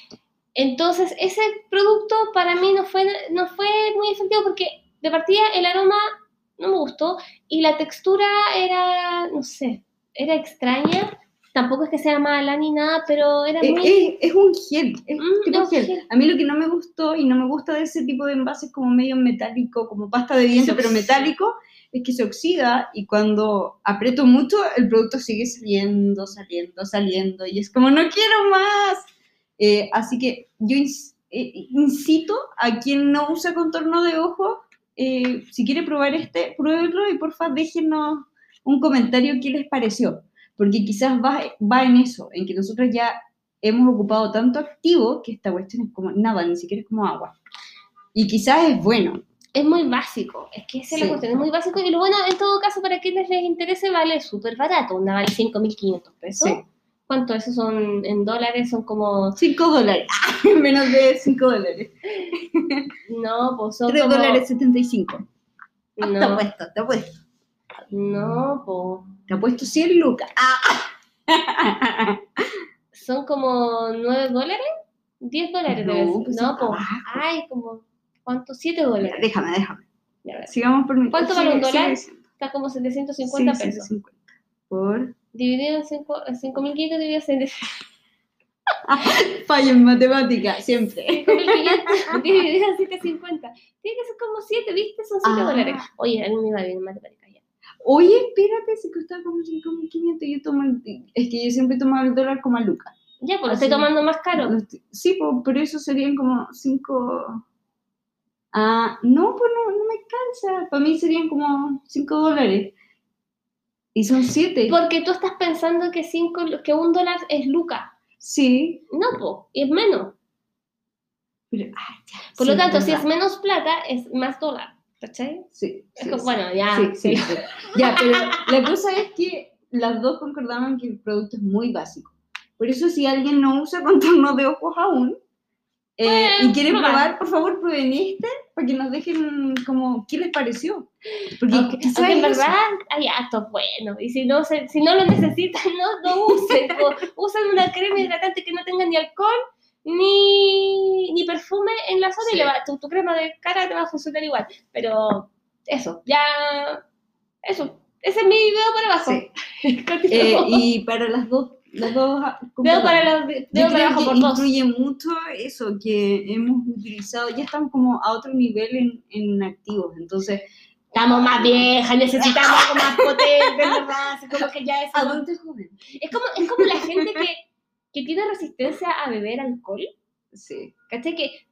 Entonces, ese producto para mí no fue, no fue muy efectivo porque de partida el aroma no me gustó y la textura era, no sé, era extraña. Tampoco es que sea mala ni nada, pero era muy... Es, es un gel, es mm, tipo no, gel. gel. A mí lo que no me gustó, y no me gusta de ese tipo de envases como medio metálico, como pasta de dientes, pero metálico, es que se oxida y cuando aprieto mucho, el producto sigue saliendo, saliendo, saliendo, y es como, no quiero más. Eh, así que yo ins- eh, incito a quien no usa contorno de ojos, eh, si quiere probar este, pruébenlo y porfa déjenos un comentario qué les pareció. Porque quizás va, va en eso, en que nosotros ya hemos ocupado tanto activo que esta cuestión es como nada, ni siquiera es como agua. Y quizás es bueno. Es muy básico, es que esa sí. es la cuestión, es muy básico. Y lo bueno, en todo caso, para quienes les interese, vale súper barato. Una vale cinco mil quinientos pesos. Sí. ¿Cuánto? Esos son en dólares, son como... cinco dólares, menos de cinco dólares. No, pues son tres como... dólares setenta y cinco. No. Te apuesto, te apuesto. No, pues... Te ha puesto cien lucas. ¡Ah! ¿Son como nueve dólares? diez dólares. No, pues no pues. Ay, como. ¿Cuánto? siete dólares. Ya, déjame, déjame. Ya, sigamos por mi. ¿Cuánto vale un dólar? Está como setecientos cincuenta pesos. setecientos cincuenta. Por. Dividido en cinco mil quinientos dividido en. Fallo en matemática, siempre. cinco mil quinientos dividido en setecientos cincuenta. Tiene que ser como siete, ¿viste? Son siete ah. dólares. Oye, a mí me va bien en matemática. Oye, espérate, si costaba como cinco mil quinientos, yo tomo el, es que yo siempre tomo el dólar como a lucas. Ya, pues lo estoy tomando más caro. Sí, pues, pero eso serían como cinco... Ah, no, pues no, no me alcanza. Para mí serían como cinco dólares. Y son siete. Porque tú estás pensando que cinco, que un dólar es lucas. Sí. No, pues, es menos. Pero, ah, ya, Por sí, lo tanto, verdad. Si es menos plata, es más dólar. ¿Cachai? Sí. Es sí como, sí. Bueno, ya. Sí, sí, sí. Ya, pero la cosa es que las dos concordaban que el producto es muy básico. Por eso, si alguien no usa contorno de ojos aún eh, bueno, y quiere probar. probar, por favor, prueben este para que nos dejen como qué les pareció. Porque, okay. Porque en verdad hay actos buenos. Y si no, se, si no lo necesitan, no lo usen. Usen una crema hidratante que no tenga ni alcohol ni, ni perfume en la zona sí. Y le va, tu, tu crema de cara te va a funcionar igual. Pero eso, ya, eso, ese es mi video para abajo. Sí. eh, y para las dos, las dos dedo para los dedo para abajo por dos. Influye mucho eso que hemos utilizado, ya estamos como a otro nivel en, en activos, entonces estamos más viejas, necesitamos algo más potente, ¿verdad? Así como que ya es adulto joven. Es como, es como la gente que que tiene resistencia a beber alcohol. Sí. ¿Cachai? Que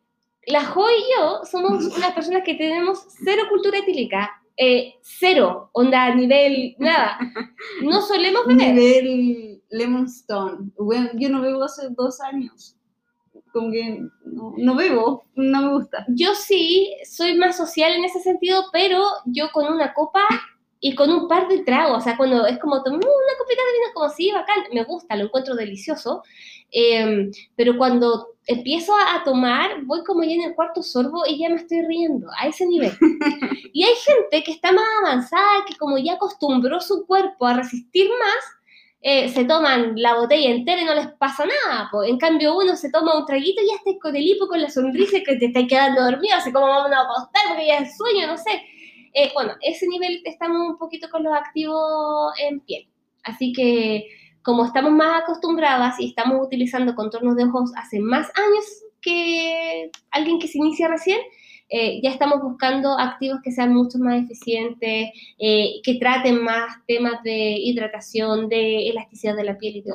la Jo y yo somos unas personas que tenemos cero cultura etílica. Eh, cero, onda, a nivel, nada. No solemos beber. Nivel Lemon Stone. Bueno, yo no bebo hace dos años. Como que no, no bebo, no me gusta. Yo sí, soy más social en ese sentido, pero yo con una copa y con un par de tragos, o sea, cuando es como tomar una copita de vino, es como sí, bacán, me gusta, lo encuentro delicioso, eh, pero cuando empiezo a tomar, voy como ya en el cuarto sorbo y ya me estoy riendo, a ese nivel. Y hay gente que está más avanzada, que como ya acostumbró su cuerpo a resistir más, Eh, se toman la botella entera y no les pasa nada, po. En cambio uno se toma un traguito y ya estás con el hipo, con la sonrisa que te está quedando dormido, así como vamos a acostar porque ya es sueño, no sé. Eh, bueno, ese nivel estamos un poquito con los activos en piel. Así que como estamos más acostumbradas y estamos utilizando contornos de ojos hace más años que alguien que se inicia recién, Eh, ya estamos buscando activos que sean mucho más eficientes, eh, que traten más temas de hidratación, de elasticidad de la piel y todo.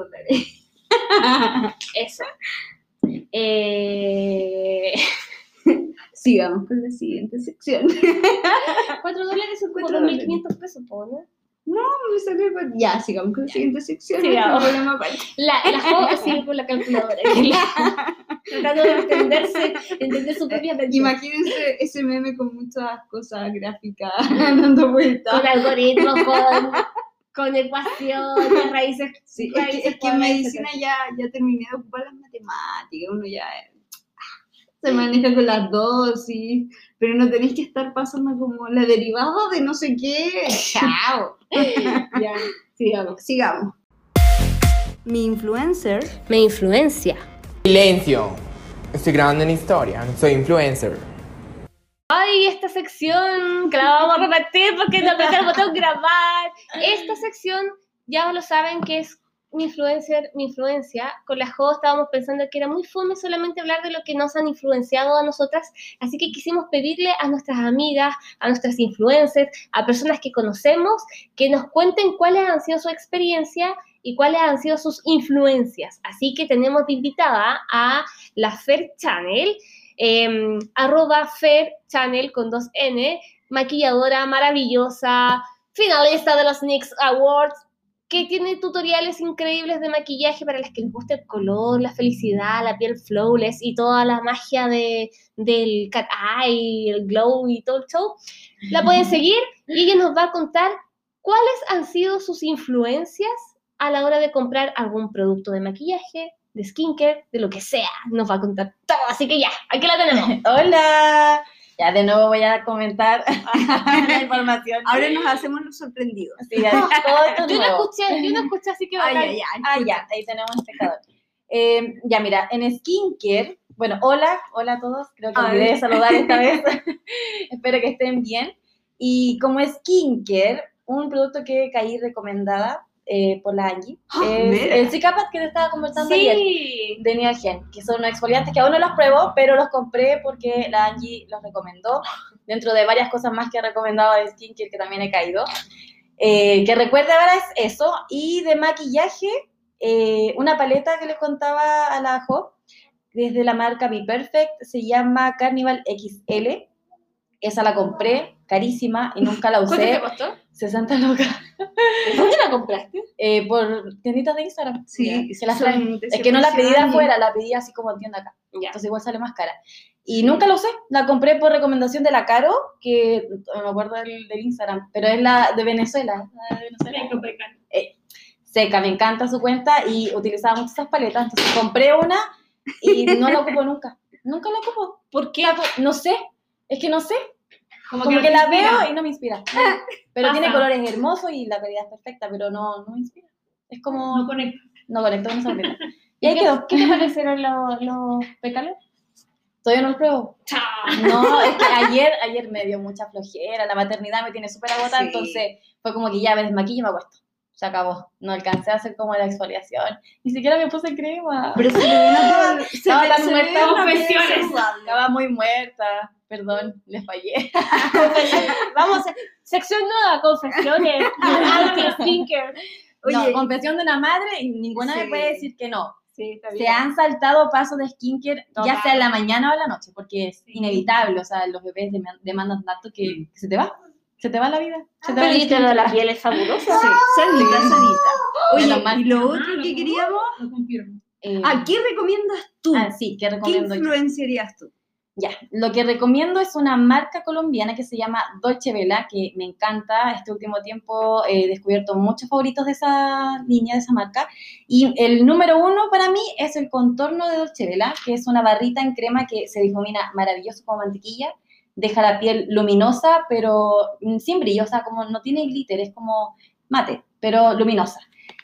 Eso. Eh... Sigamos con la siguiente sección. Cuatro dólares son como dos mil quinientos pesos, ¿no? No, me salió por... Ya, sigamos con la siguiente sección. Sigamos. No la la Jo sigue con la calculadora. Tratando de entenderse, entender su propia mente. Imagínense ese meme con muchas cosas gráficas dando vueltas. Con algoritmos, con, con ecuaciones, raíces. Sí, raíces es que, es que en medicina ya, ya terminé de ocupar las matemáticas, uno ya se maneja con las dosis, pero no tenéis que estar pasando como la derivada de no sé qué. Chao. Ya, sigamos. Sigamos. Mi influencer Me influencia. Silencio. Estoy grabando una historia. Soy influencer. Ay, esta sección que la vamos a repetir porque no apreté el botón grabar. Esta sección, ya lo saben que es mi influencer, mi influencia. Con la Jo estábamos pensando que era muy fome solamente hablar de lo que nos han influenciado a nosotras, así que quisimos pedirle a nuestras amigas, a nuestras influencers, a personas que conocemos, que nos cuenten cuáles han sido su experiencia y cuáles han sido sus influencias. Así que tenemos de invitada a la Fer Channel, eh, arroba Fer Channel con dos N, maquilladora maravillosa, finalista de los N Y X Awards, que tiene tutoriales increíbles de maquillaje para las que les gusta el color, la felicidad, la piel flawless y toda la magia de, del cat eye, el glow y todo el show. La pueden seguir y ella nos va a contar cuáles han sido sus influencias a la hora de comprar algún producto de maquillaje, de skincare, de lo que sea. Nos va a contar todo, así que ya, aquí la tenemos. Hola. Ya de nuevo voy a comentar la información. Ahora nos hacemos los sorprendidos. Sí, ya, todo esto es Yo no nuevo. escuché, yo no escuché, así que Ay, bacán. ay, ay. Ah, ya, ahí tenemos un espectador. Eh, ya, mira, en skincare, bueno, hola, hola a todos, creo que olvidé de saludar esta vez. Espero que estén bien. Y como skincare, un producto que caí recomendada eh, por la Angie, ¡Ah, es mira! el Cicapat que te estaba conversando ayer, Sí. de Neogen, que son unos exfoliantes que aún no los pruebo, pero los compré porque la Angie los recomendó, dentro de varias cosas más que ha recomendado de skincare que también he caído. Eh, que recuerde ahora es eso, y de maquillaje, eh, una paleta que les contaba a la Jo, desde la marca Be Perfect, se llama Carnival X L, esa la compré, carísima, y nunca la ¿Cuánto usé, te costó? sesenta lucas, ¿Dónde la compraste? eh, por tienditas de Instagram. Sí, se las son traen. de Es que no la pedí de cierto afuera, la pedí así como en tienda acá. Ya. Entonces igual sale más cara. Y nunca la usé, la compré por recomendación de la Caro, que no me acuerdo del, del Instagram, pero es la de Venezuela. La de Venezuela. Eh, seca, me encanta su cuenta y utilizaba mucho esas paletas, entonces compré una y no la ocupo nunca. Nunca la ocupo. ¿Por qué? No sé, es que no sé. Como, Como, que, que, no te la inspira. veo y no me inspira. No. Pero Pasa. tiene colores hermosos y la calidad es perfecta, pero no, no me inspira. Es como... No conecto. No conecto con esa paleta. Y ¿Y ahí qué, quedó. ¿Qué te parecieron los, los pétalos? Todavía no lo pruebo. Chao. No, es que ayer, ayer me dio mucha flojera, la maternidad me tiene súper agotada, Sí. entonces fue como que ya me desmaquillo y me acuesto. Se acabó. No alcancé a hacer como la exfoliación. Ni siquiera me puse crema. Pero se le ven a se Estaba ve- tan se muerta. ve una piel Confesiones. saludable. Estaba muy muerta. Perdón, les fallé. Vamos, a- sección nueva, confesiones. Anti-skincare. No, Oye. confesión de una madre y ninguna Sí. me puede decir que no. Sí, está se bien. han saltado pasos de skincare, Total. ya sea en la mañana o en la noche, porque es inevitable, o sea, los bebés dem- demandan tanto que, que se te va, se te va la vida. Se te va Pero el yo te veo skincare. la piel es fabulosa. Sí, sanita, sanita. Oye, Menos mal. y lo otro Ah, ¿lo que confirmo? queríamos... Lo confirmo. Eh, ¿A qué recomiendas tú? ah, sí, ¿qué ¿Qué recomiendo yo? influenciarías tú? Ya, lo que recomiendo es una marca colombiana que se llama Dolce Vela, que me encanta. Este último tiempo he descubierto muchos favoritos de esa línea, de esa marca. Y el número uno para mí es el contorno de Dolce Vela, que es una barrita en crema que se difumina maravilloso como mantequilla. Deja la piel luminosa, pero sin brillo, o sea, como no tiene glitter, es como mate, pero luminosa.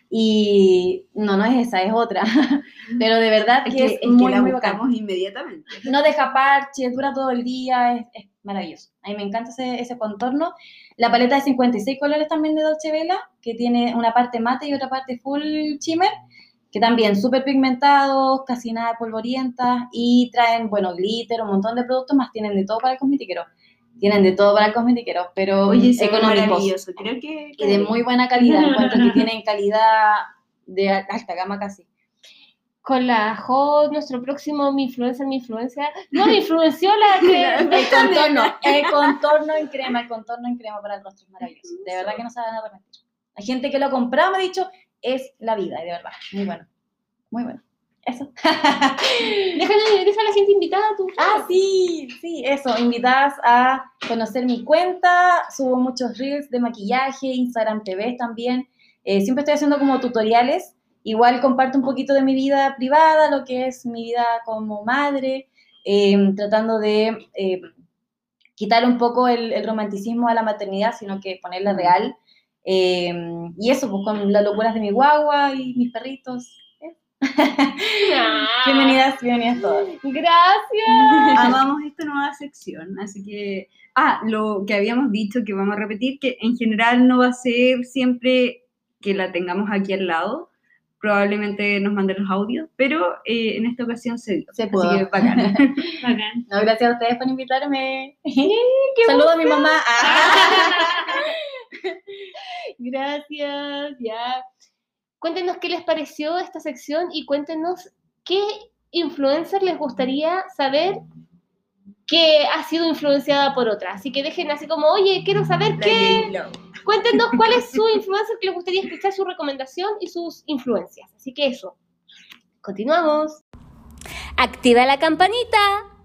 Y no, no es esa, es otra. Pero de verdad Es que que, es, es que muy, la muy bacán. buscamos inmediatamente. No deja parches, dura todo el día, es, es maravilloso. A mí me encanta ese, ese contorno. La paleta de cincuenta y seis colores también de Dolce Vela, que tiene una parte mate y otra parte full shimmer, que también súper pigmentados, casi nada polvorientas, y traen, bueno, glitter, un montón de productos, más tienen de todo para el cosmetiquero. Tienen de todo para el cosmetiquero, pero Oye, se ve económicos. maravilloso. Creo que... Y de muy buena calidad. Encuentro que tienen calidad de alta gama casi. Con la Jo, nuestro próximo Mi Influencer, Mi Influencia. No, me influenció la que... El contorno, el contorno en crema, el contorno en crema para el rostro es maravilloso. De verdad que no se van a arrepentir. Hay gente que lo ha comprado, me ha dicho, es la vida, y de verdad, muy bueno. Muy bueno. Eso. Déjame, eres a la siguiente invitada tú. Ah, sí, sí, eso. Invitadas a conocer mi cuenta. Subo muchos reels de maquillaje, Instagram T V también. Eh, siempre estoy haciendo como tutoriales. Igual comparto un poquito de mi vida privada, lo que es mi vida como madre, eh, tratando de eh, quitar un poco el, el romanticismo a la maternidad, sino que ponerla real. Eh, y eso, pues con las locuras de mi guagua y mis perritos. ¿eh? Ah, Bienvenidas, bienvenidas todas. Gracias. Amamos esta nueva sección, así que... Ah, lo que habíamos dicho que vamos a repetir, que en general no va a ser siempre que la tengamos aquí al lado, probablemente nos manden los audios, pero eh, en esta ocasión se dio, Se así pudo. que bacán. Bacán. No, gracias a ustedes por invitarme. Saludos a mi mamá. Ah. Gracias, ya. Cuéntenos qué les pareció esta sección y cuéntenos qué influencer les gustaría saber que ha sido influenciada por otra. Así que dejen así como, oye, quiero saber qué... Cuéntenos cuál es su influencer que les gustaría escuchar, su recomendación y sus influencias. Así que eso. Continuamos. Activa la campanita.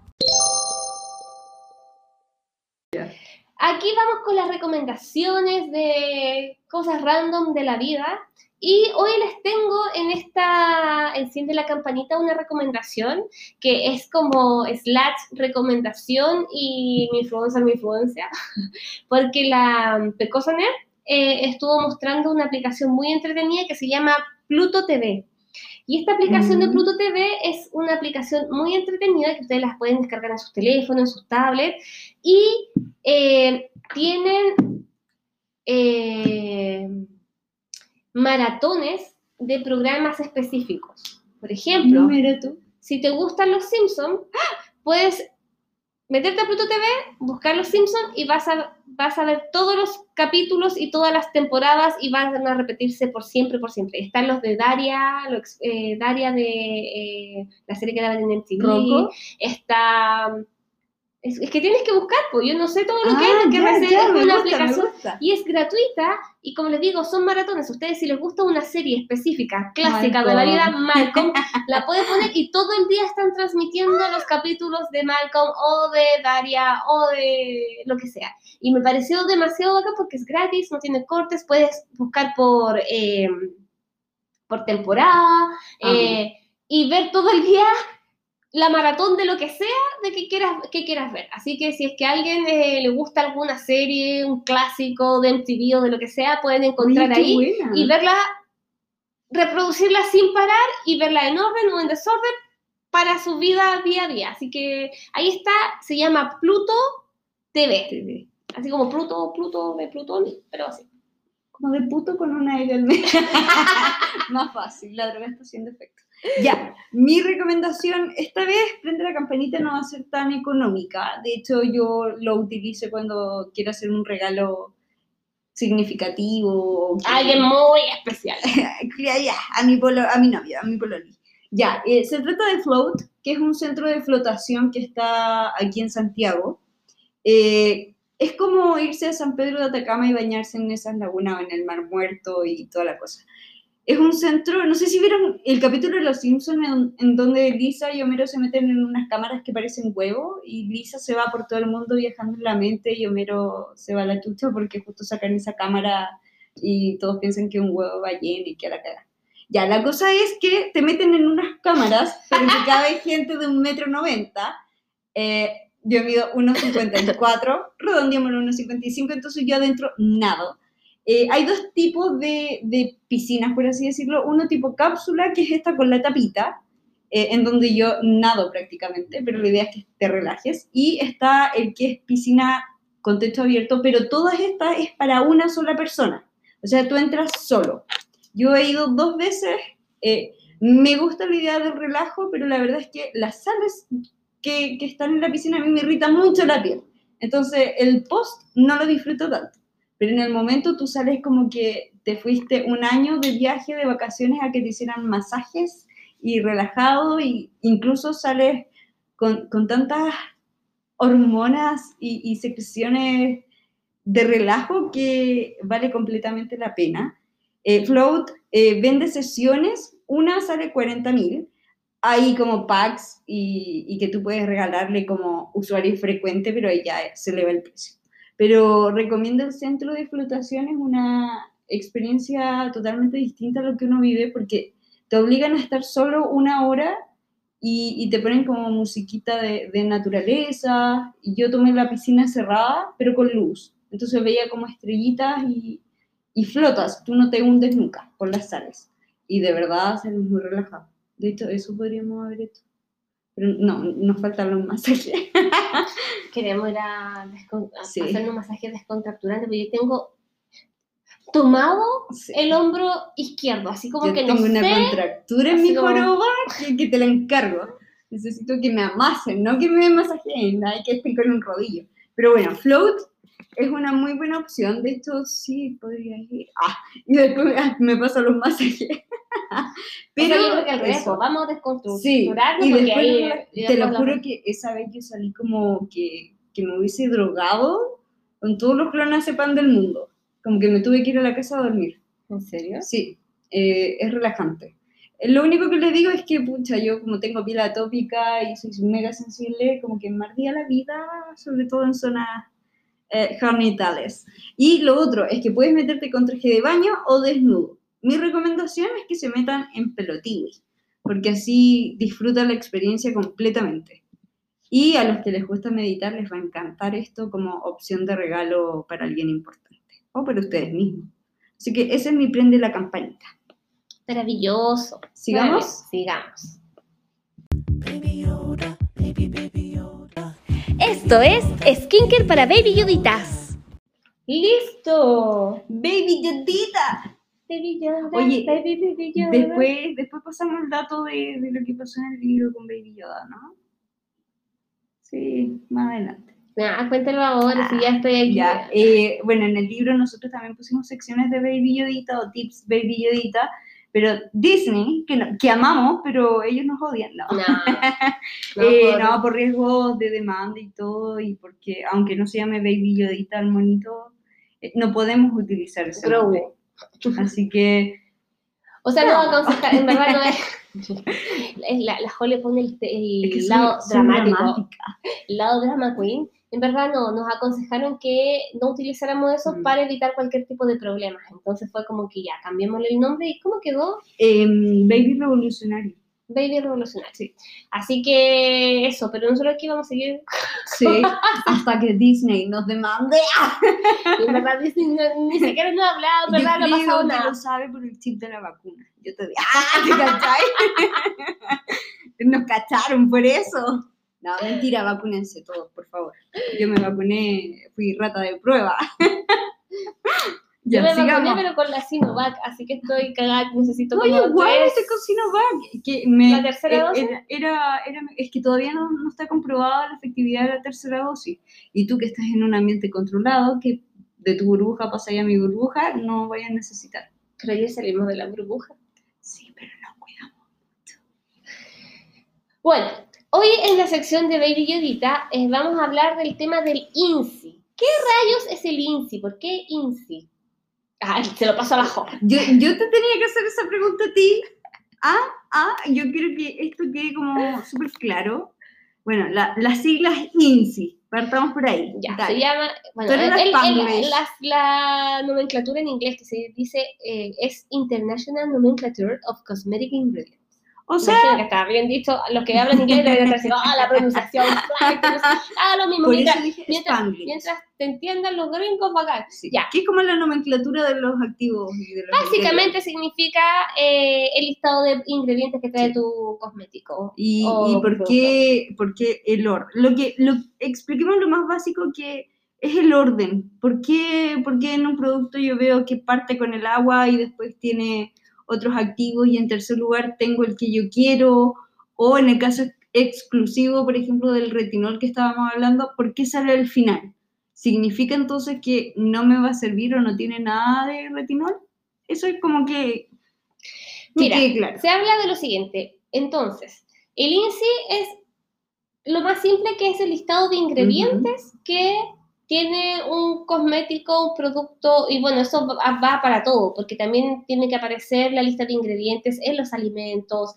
Aquí vamos con las recomendaciones de cosas random de la vida. Y hoy les tengo en esta Enciende la Campanita una recomendación que es como slash recomendación y mi influencer, mi influencia, porque la Pecosa Nerd eh, estuvo mostrando una aplicación muy entretenida que se llama Pluto T V. Y esta aplicación de Pluto T V es una aplicación muy entretenida que ustedes las pueden descargar en sus teléfonos, en sus tablets, y eh, tienen... Eh, maratones de programas específicos. Por ejemplo, Mira tú. si te gustan los Simpsons, puedes meterte a Pluto T V, buscar los Simpsons y vas a, vas a ver todos los capítulos y todas las temporadas y van a repetirse por siempre, por siempre. Están los de Daria, los, eh, Daria de eh, la serie que daban en M T V. Rocco. Está... Es, es que tienes que buscar, pues yo no sé todo lo que Ah, hay, porque ya, recién ya, es me una gusta, me aplicación gusta. y es gratuita, y como les digo, son maratones. Ustedes, si les gusta una serie específica, clásica de la vida, Malcolm, la pueden poner y todo el día están transmitiendo los capítulos de Malcolm o de Daria o de lo que sea. Y me pareció demasiado bacán porque es gratis, no tiene cortes, puedes buscar por, eh, por temporada eh, y ver todo el día la maratón de lo que sea de que quieras, que quieras ver. Así que si es que a alguien eh, le gusta alguna serie, un clásico de M T V o de lo que sea, pueden encontrar Oye, qué ahí buena. y verla, reproducirla sin parar y verla en orden o en desorden para su vida día a día. Así que ahí está, se llama Pluto T V. Así como Pluto, Pluto de Plutón, pero así. Como de puto con un aire al medio. Más fácil, la droga está haciendo efecto. Ya, mi recomendación esta vez, prende la campanita, no va a ser tan económica. De hecho, yo lo utilizo cuando quiero hacer un regalo significativo. Alguien muy especial. Ya, a mi, polo, a mi novio, a mi pololi. Ya, eh, se trata de Float, que es un centro de flotación que está aquí en Santiago. Eh, es como irse a San Pedro de Atacama y bañarse en esas lagunas o en el Mar Muerto y toda la cosa. Es un centro, no sé si vieron el capítulo de Los Simpsons en, en donde Lisa y Homero se meten en unas cámaras que parecen huevo y Lisa se va por todo el mundo viajando en la mente y Homero se va a la chucha porque justo sacan esa cámara y todos piensan que un huevo va lleno y que a la cara. Ya, la cosa es que te meten en unas cámaras, pero que cabe gente de un metro noventa. Eh, yo mido uno cincuenta y cuatro, redondeamos uno cincuenta y cinco, entonces yo adentro nado. Eh, hay dos tipos de, de piscinas, por así decirlo. Uno tipo cápsula, que es esta con la tapita, eh, en donde yo nado prácticamente, pero la idea es que te relajes. Y está el que es piscina con techo abierto, pero todas estas es para una sola persona. O sea, tú entras solo. Yo he ido dos veces, eh, me gusta la idea del relajo, pero la verdad es que las sales que, que están en la piscina a mí me irritan mucho la piel. Entonces, el post no lo disfruto tanto. Pero en el momento tú sales como que te fuiste un año de viaje, de vacaciones, a que te hicieran masajes y relajado, y incluso sales con, con tantas hormonas y, y secreciones de relajo que vale completamente la pena. Eh, Float eh, vende sesiones, una sale cuarenta mil, hay como packs y, y que tú puedes regalarle como usuario frecuente, pero ahí ya se le va el precio. Pero recomiendo el centro de flotación, es una experiencia totalmente distinta a lo que uno vive porque te obligan a estar solo una hora y, y te ponen como musiquita de, de naturaleza. Y yo tomé la piscina cerrada, pero con luz. Entonces veía como estrellitas y, y flotas, tú no te hundes nunca por las sales. Y de verdad sales muy relajado. De hecho, eso podríamos haber hecho. Pero no, nos faltan los masajes. Queremos ir a, descon- a Sí. hacer un masaje descontracturante, porque yo tengo tomado Sí. el hombro izquierdo, así como Yo que no tengo una sé. contractura en así mi como- joroba que, que te la encargo. Necesito que me amasen, no que me masajeen, hay que estar con un rodillo. Pero bueno, Float es una muy buena opción. De hecho, sí, podría ir. Ah, y después ah, me paso los masajes. Pero Pero yo creo que al revés, eso. vamos a Sí, desconstructurarnos, y porque después, ahí... no, y te lo después juro la- que esa vez yo salí como que, que me hubiese drogado con todos los clonazepam del mundo. Como que me tuve que ir a la casa a dormir. ¿En serio? Sí, eh, es relajante. Eh, Lo único que les digo es que, pucha, yo como tengo piel atópica y soy mega sensible, como que me ardía la vida, sobre todo en zonas eh, genitales. Y lo otro es que puedes meterte con traje de baño o desnudo. Mi recomendación es que se metan en pelotiwi, porque así disfrutan la experiencia completamente. Y a los que les gusta meditar les va a encantar esto como opción de regalo para alguien importante, o para ustedes mismos. Así que ese es mi prende la campanita. Maravilloso. ¿Sigamos? Maravilloso. Sigamos. Esto es Skincare para Baby Yuditas. ¡Listo! ¡Baby Yodita! Baby Yoda, Oye, baby, baby Yoda. Después, después pasamos el dato de, de lo que pasó en el libro con Baby Yoda, ¿no? Sí, más adelante. Ah, cuéntalo ahora, si ya estoy aquí. Ya, eh, bueno, en el libro nosotros también pusimos secciones de Baby Yodita o tips Baby Yodita, pero Disney, que, no- que amamos, pero ellos nos odian, ¿no? No, no, Eh, por- no, por riesgos de demanda y todo, y porque aunque no se llame Baby Yodita el monito, eh, no podemos utilizar ese Grogu. nombre. Así que, O sea, no No. aconsejar, en verdad no es. es la, la Holly pone el, el es que soy- lado soy dramático, dramática. el lado drama queen. En verdad no, nos aconsejaron que no utilizáramos eso Mm. para evitar cualquier tipo de problemas. Entonces fue como que ya, cambiémosle el nombre y ¿cómo quedó? Em, Baby Revolucionario. Baby Revolucionario. Sí. Así que eso, pero nosotros aquí vamos a seguir. Sí, hasta que Disney nos demande. Y en verdad Disney no- ni siquiera nos ha hablado, en verdad Yo no ha creo pasado que nada. lo sabe por el chip de la vacuna. Yo te digo, ¡ah! ¿Te cachai? Nos cacharon por eso. No, mentira, vacúnense todos, por favor. Yo me vacuné, fui rata de prueba. Yo Ya, me vacuné, sigamos. pero con la Sinovac, así que estoy cagada, necesito No, como yo igual tres- estoy con Sinovac. Que me, ¿La tercera eh, dosis? Era, era, era- es que todavía no, no está comprobada la efectividad de la tercera dosis. Y tú que estás en un ambiente controlado, que de tu burbuja pasa ya a mi burbuja, no vayas a necesitar. Pero ayer salimos de la burbuja. Sí, pero no cuidamos mucho. Bueno, hoy en la sección de Baby Yodita eh, vamos a hablar del tema del I N S I. ¿Qué rayos es el I N S I? ¿Por qué I N S I? Ah, se lo paso a la Jo. Yo, yo te tenía que hacer esa pregunta a ti. Ah, ah, yo quiero que esto quede como súper claro. Bueno, la, las siglas I N S I, partamos por ahí. Ya, Dale. se llama, bueno, Tú eres el, la el- el- Spanglish. las- la nomenclatura en inglés que se dice eh, es International Nomenclature of Cosmetic Ingredients. O sea, Imagino que está bien dicho, los que hablan inglés deben estar diciendo, ah, la pronunciación, flight, no sé, ah, lo mismo, por mientras, eso dije mientras, Spanglish. mientras te entiendan los gringos, bacán. Sí, Ya. que es como la nomenclatura de los activos y de los Básicamente significa eh, el listado de ingredientes que trae Sí. tu cosmético. Y, o y por, producto. qué, por qué el orden. Lo que, lo, expliquemos lo más básico que es el orden. ¿Por qué, por qué en un producto yo veo que parte con el agua y después tiene otros activos y en tercer lugar tengo el que yo quiero? O en el caso exclusivo, por ejemplo, del retinol que estábamos hablando, ¿por qué sale al final? ¿Significa entonces que no me va a servir o no tiene nada de retinol? Eso es como que... que Mira, quede claro. se habla de lo siguiente. Entonces, el I N S I es lo más simple, que es el listado de ingredientes uh-huh. que tiene un cosmético, un producto, y bueno, eso va, va para todo, porque también tiene que aparecer la lista de ingredientes en los alimentos,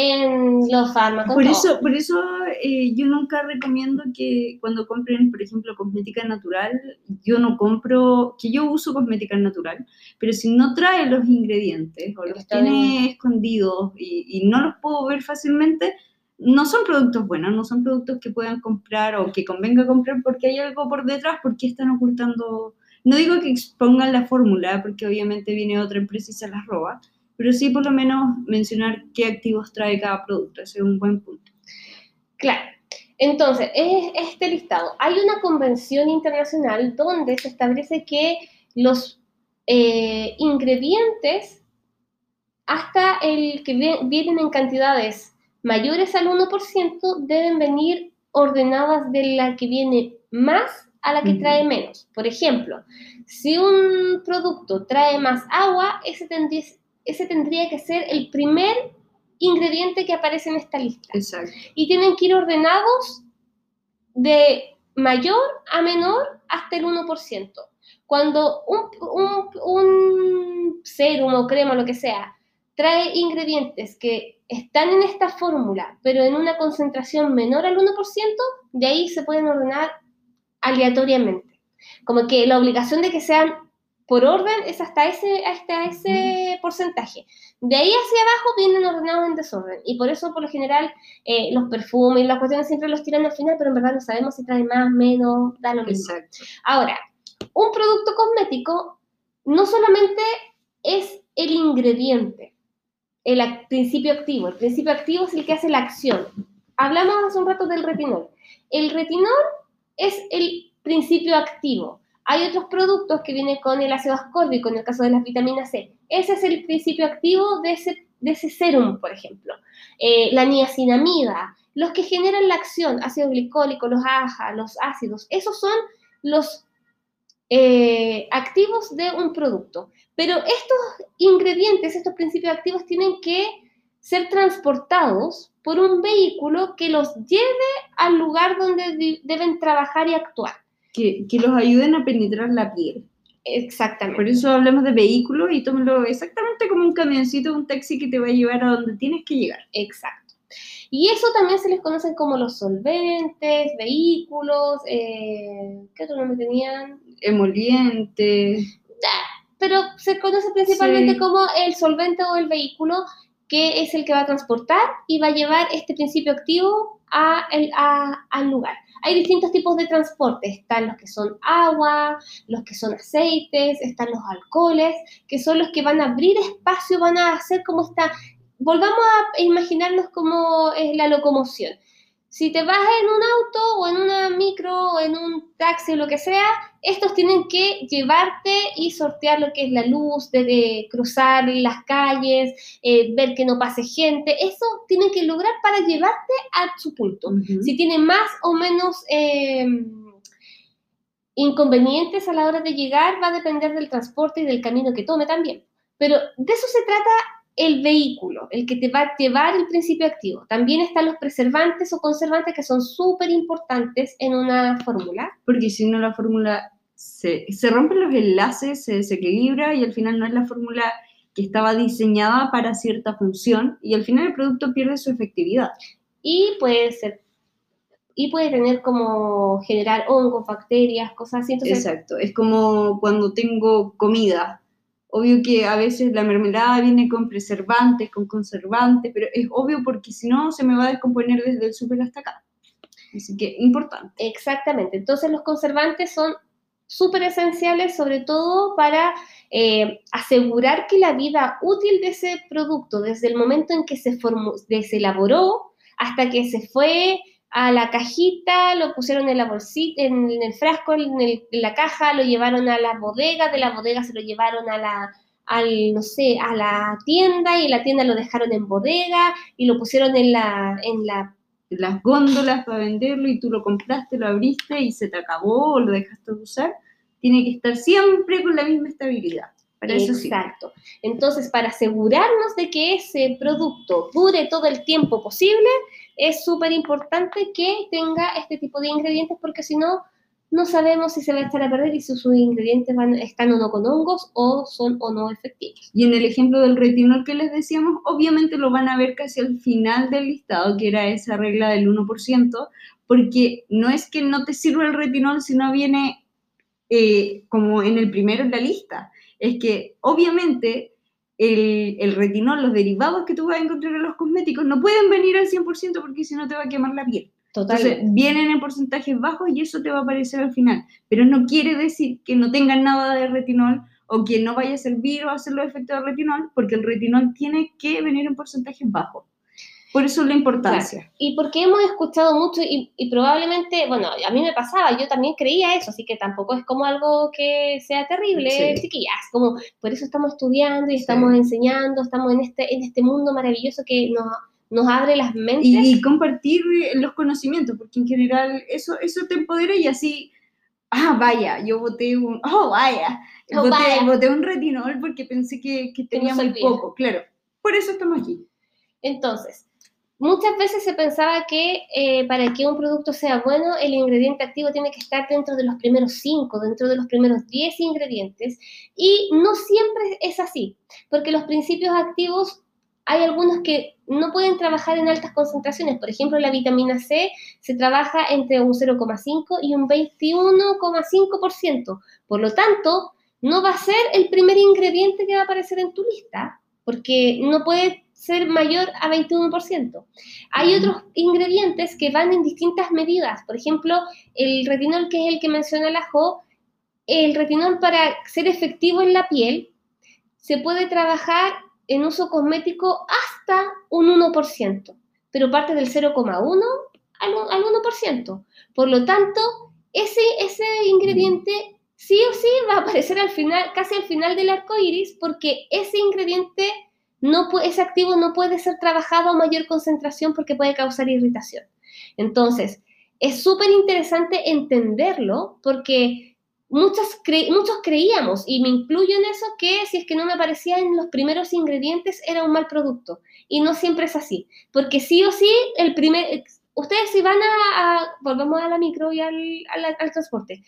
en los fármacos. Por todo. eso, por eso eh, yo nunca recomiendo que cuando compren, por ejemplo, cosmética natural, yo no compro, que yo uso cosmética natural, pero si no trae los ingredientes o los Está tiene bien. escondidos y, y no los puedo ver fácilmente, no son productos buenos, no son productos que puedan comprar o que convenga comprar porque hay algo por detrás, porque están ocultando. No digo que expongan la fórmula, porque obviamente viene otra empresa y se las roba, pero sí por lo menos mencionar qué activos trae cada producto, ese es un buen punto. Claro. Entonces, es este listado. Hay una convención internacional donde se establece que los eh, ingredientes, hasta el que vienen en cantidades mayores al uno por ciento, deben venir ordenadas de la que viene más a la que uh-huh. trae menos. Por ejemplo, si un producto trae más agua, ese tendría, ese tendría que ser el primer ingrediente que aparece en esta lista. Exacto. Y tienen que ir ordenados de mayor a menor hasta el uno por ciento. Cuando un, un, un serum o crema, lo que sea, trae ingredientes que están en esta fórmula, pero en una concentración menor al uno por ciento, de ahí se pueden ordenar aleatoriamente. Como que la obligación de que sean por orden es hasta ese, hasta ese porcentaje. De ahí hacia abajo vienen ordenados en desorden. Y por eso, por lo general, eh, los perfumes y las cuestiones siempre los tiran al final, pero en verdad no sabemos si traen más, menos, da lo mismo. Exacto. Ahora, un producto cosmético no solamente es el ingrediente, el principio activo. El principio activo es el que hace la acción. Hablamos hace un rato del retinol. El retinol es el principio activo. Hay otros productos que vienen con el ácido ascórbico, en el caso de las vitaminas C. Ese es el principio activo de ese, de ese serum, por ejemplo. Eh, la niacinamida, los que generan la acción, ácido glicólico, los A H A, los ácidos, esos son los eh, activos de un producto. Pero estos ingredientes, estos principios activos, tienen que ser transportados por un vehículo que los lleve al lugar donde de- deben trabajar y actuar. Que, que los ayuden a penetrar la piel. Exactamente. Por eso hablamos de vehículos y tómalo exactamente como un camioncito, un taxi que te va a llevar a donde tienes que llegar. Exacto. Y eso también se les conocen como los solventes, vehículos, eh, ¿qué otro nombre tenían? Emolientes. Pero se conoce principalmente Sí. como el solvente o el vehículo, que es el que va a transportar y va a llevar este principio activo a el, a, al lugar. Hay distintos tipos de transporte, están los que son agua, los que son aceites, están los alcoholes, que son los que van a abrir espacio, van a hacer como esta... Volvamos a imaginarnos como es la locomoción. Si te vas en un auto o en una micro o en un taxi o lo que sea, estos tienen que llevarte y sortear lo que es la luz, de, de cruzar las calles, eh, ver que no pase gente. Eso tienen que lograr para llevarte a su punto. Uh-huh. Si tiene más o menos eh, inconvenientes a la hora de llegar, va a depender del transporte y del camino que tome también. Pero de eso se trata el vehículo, el que te va a llevar el principio activo. También están los preservantes o conservantes que son súper importantes en una fórmula. Porque si no la fórmula se, se rompen los enlaces, se desequilibra y al final no es la fórmula que estaba diseñada para cierta función y al final el producto pierde su efectividad. Y puede ser, y puede tener como generar hongos, bacterias, cosas así. Entonces, exacto, es como cuando tengo comida. Obvio que a veces la mermelada viene con preservantes, con conservantes, pero es obvio porque si no se me va a descomponer desde el súper hasta acá. Así que importante. Exactamente. Entonces los conservantes son súper esenciales, sobre todo para eh, asegurar que la vida útil de ese producto, desde el momento en que se, formó, se elaboró hasta que se fue a la cajita, lo pusieron en la bolsita, en, en el frasco, en, el, en la caja, lo llevaron a la bodega, de la bodega se lo llevaron a la, al, no sé, a la tienda, y en la tienda lo dejaron en bodega, y lo pusieron en la, en la las góndolas para venderlo, y tú lo compraste, lo abriste y se te acabó o lo dejaste de usar. Tiene que estar siempre con la misma estabilidad. Para eso sí. Exacto. Entonces, para asegurarnos de que ese producto dure todo el tiempo posible, es súper importante que tenga este tipo de ingredientes, porque si no, no sabemos si se va a echar a perder y si sus ingredientes van, están o no con hongos o son o no efectivos. Y en el ejemplo del retinol que les decíamos, obviamente lo van a ver casi al final del listado, que era esa regla del uno por ciento, porque no es que no te sirva el retinol si no viene eh, como en el primero en la lista. Es que obviamente el, el retinol, los derivados que tú vas a encontrar en los cosméticos no pueden venir al cien por ciento porque si no te va a quemar la piel. Totalmente. Entonces vienen en porcentajes bajos y eso te va a aparecer al final. Pero no quiere decir que no tengan nada de retinol o que no vaya a servir o hacer los efectos del retinol, porque el retinol tiene que venir en porcentajes bajos. Por eso la importancia. Claro. Y porque hemos escuchado mucho y, y probablemente, bueno, a mí me pasaba, yo también creía eso, así que tampoco es como algo que sea terrible, sí. Chiquillas, como por eso estamos estudiando y estamos sí. enseñando, estamos en este, en este mundo maravilloso que nos, nos abre las mentes. Y, y compartir los conocimientos, porque en general eso, eso te empodera y así, ah, vaya, yo boté un, oh, vaya, oh, boté, vaya. boté un retinol porque pensé que, que tenía muy poco, claro, por eso estamos aquí. Entonces, muchas veces se pensaba que eh, para que un producto sea bueno, el ingrediente activo tiene que estar dentro de los primeros cinco, dentro de los primeros diez ingredientes, y no siempre es así, porque los principios activos hay algunos que no pueden trabajar en altas concentraciones. Por ejemplo, la vitamina C se trabaja entre un cero coma cinco y un veintiuno coma cinco por ciento. Por lo tanto, no va a ser el primer ingrediente que va a aparecer en tu lista, porque no puede ser mayor a veintiuno por ciento. Hay otros ingredientes que van en distintas medidas. Por ejemplo, el retinol, que es el que menciona la Jo, el retinol para ser efectivo en la piel se puede trabajar en uso cosmético hasta un uno por ciento, pero parte del cero coma uno al, al uno por ciento. Por lo tanto, ese, ese ingrediente sí o sí va a aparecer al final, casi al final del arco iris, porque ese ingrediente No puede, ese activo no puede ser trabajado a mayor concentración porque puede causar irritación. Entonces, es súper interesante entenderlo porque muchos, cre, muchos creíamos, y me incluyo en eso, que si es que no me aparecía en los primeros ingredientes era un mal producto. Y no siempre es así. Porque sí o sí, el primer, ustedes si van a, a volvemos a la micro y al, al, al transporte,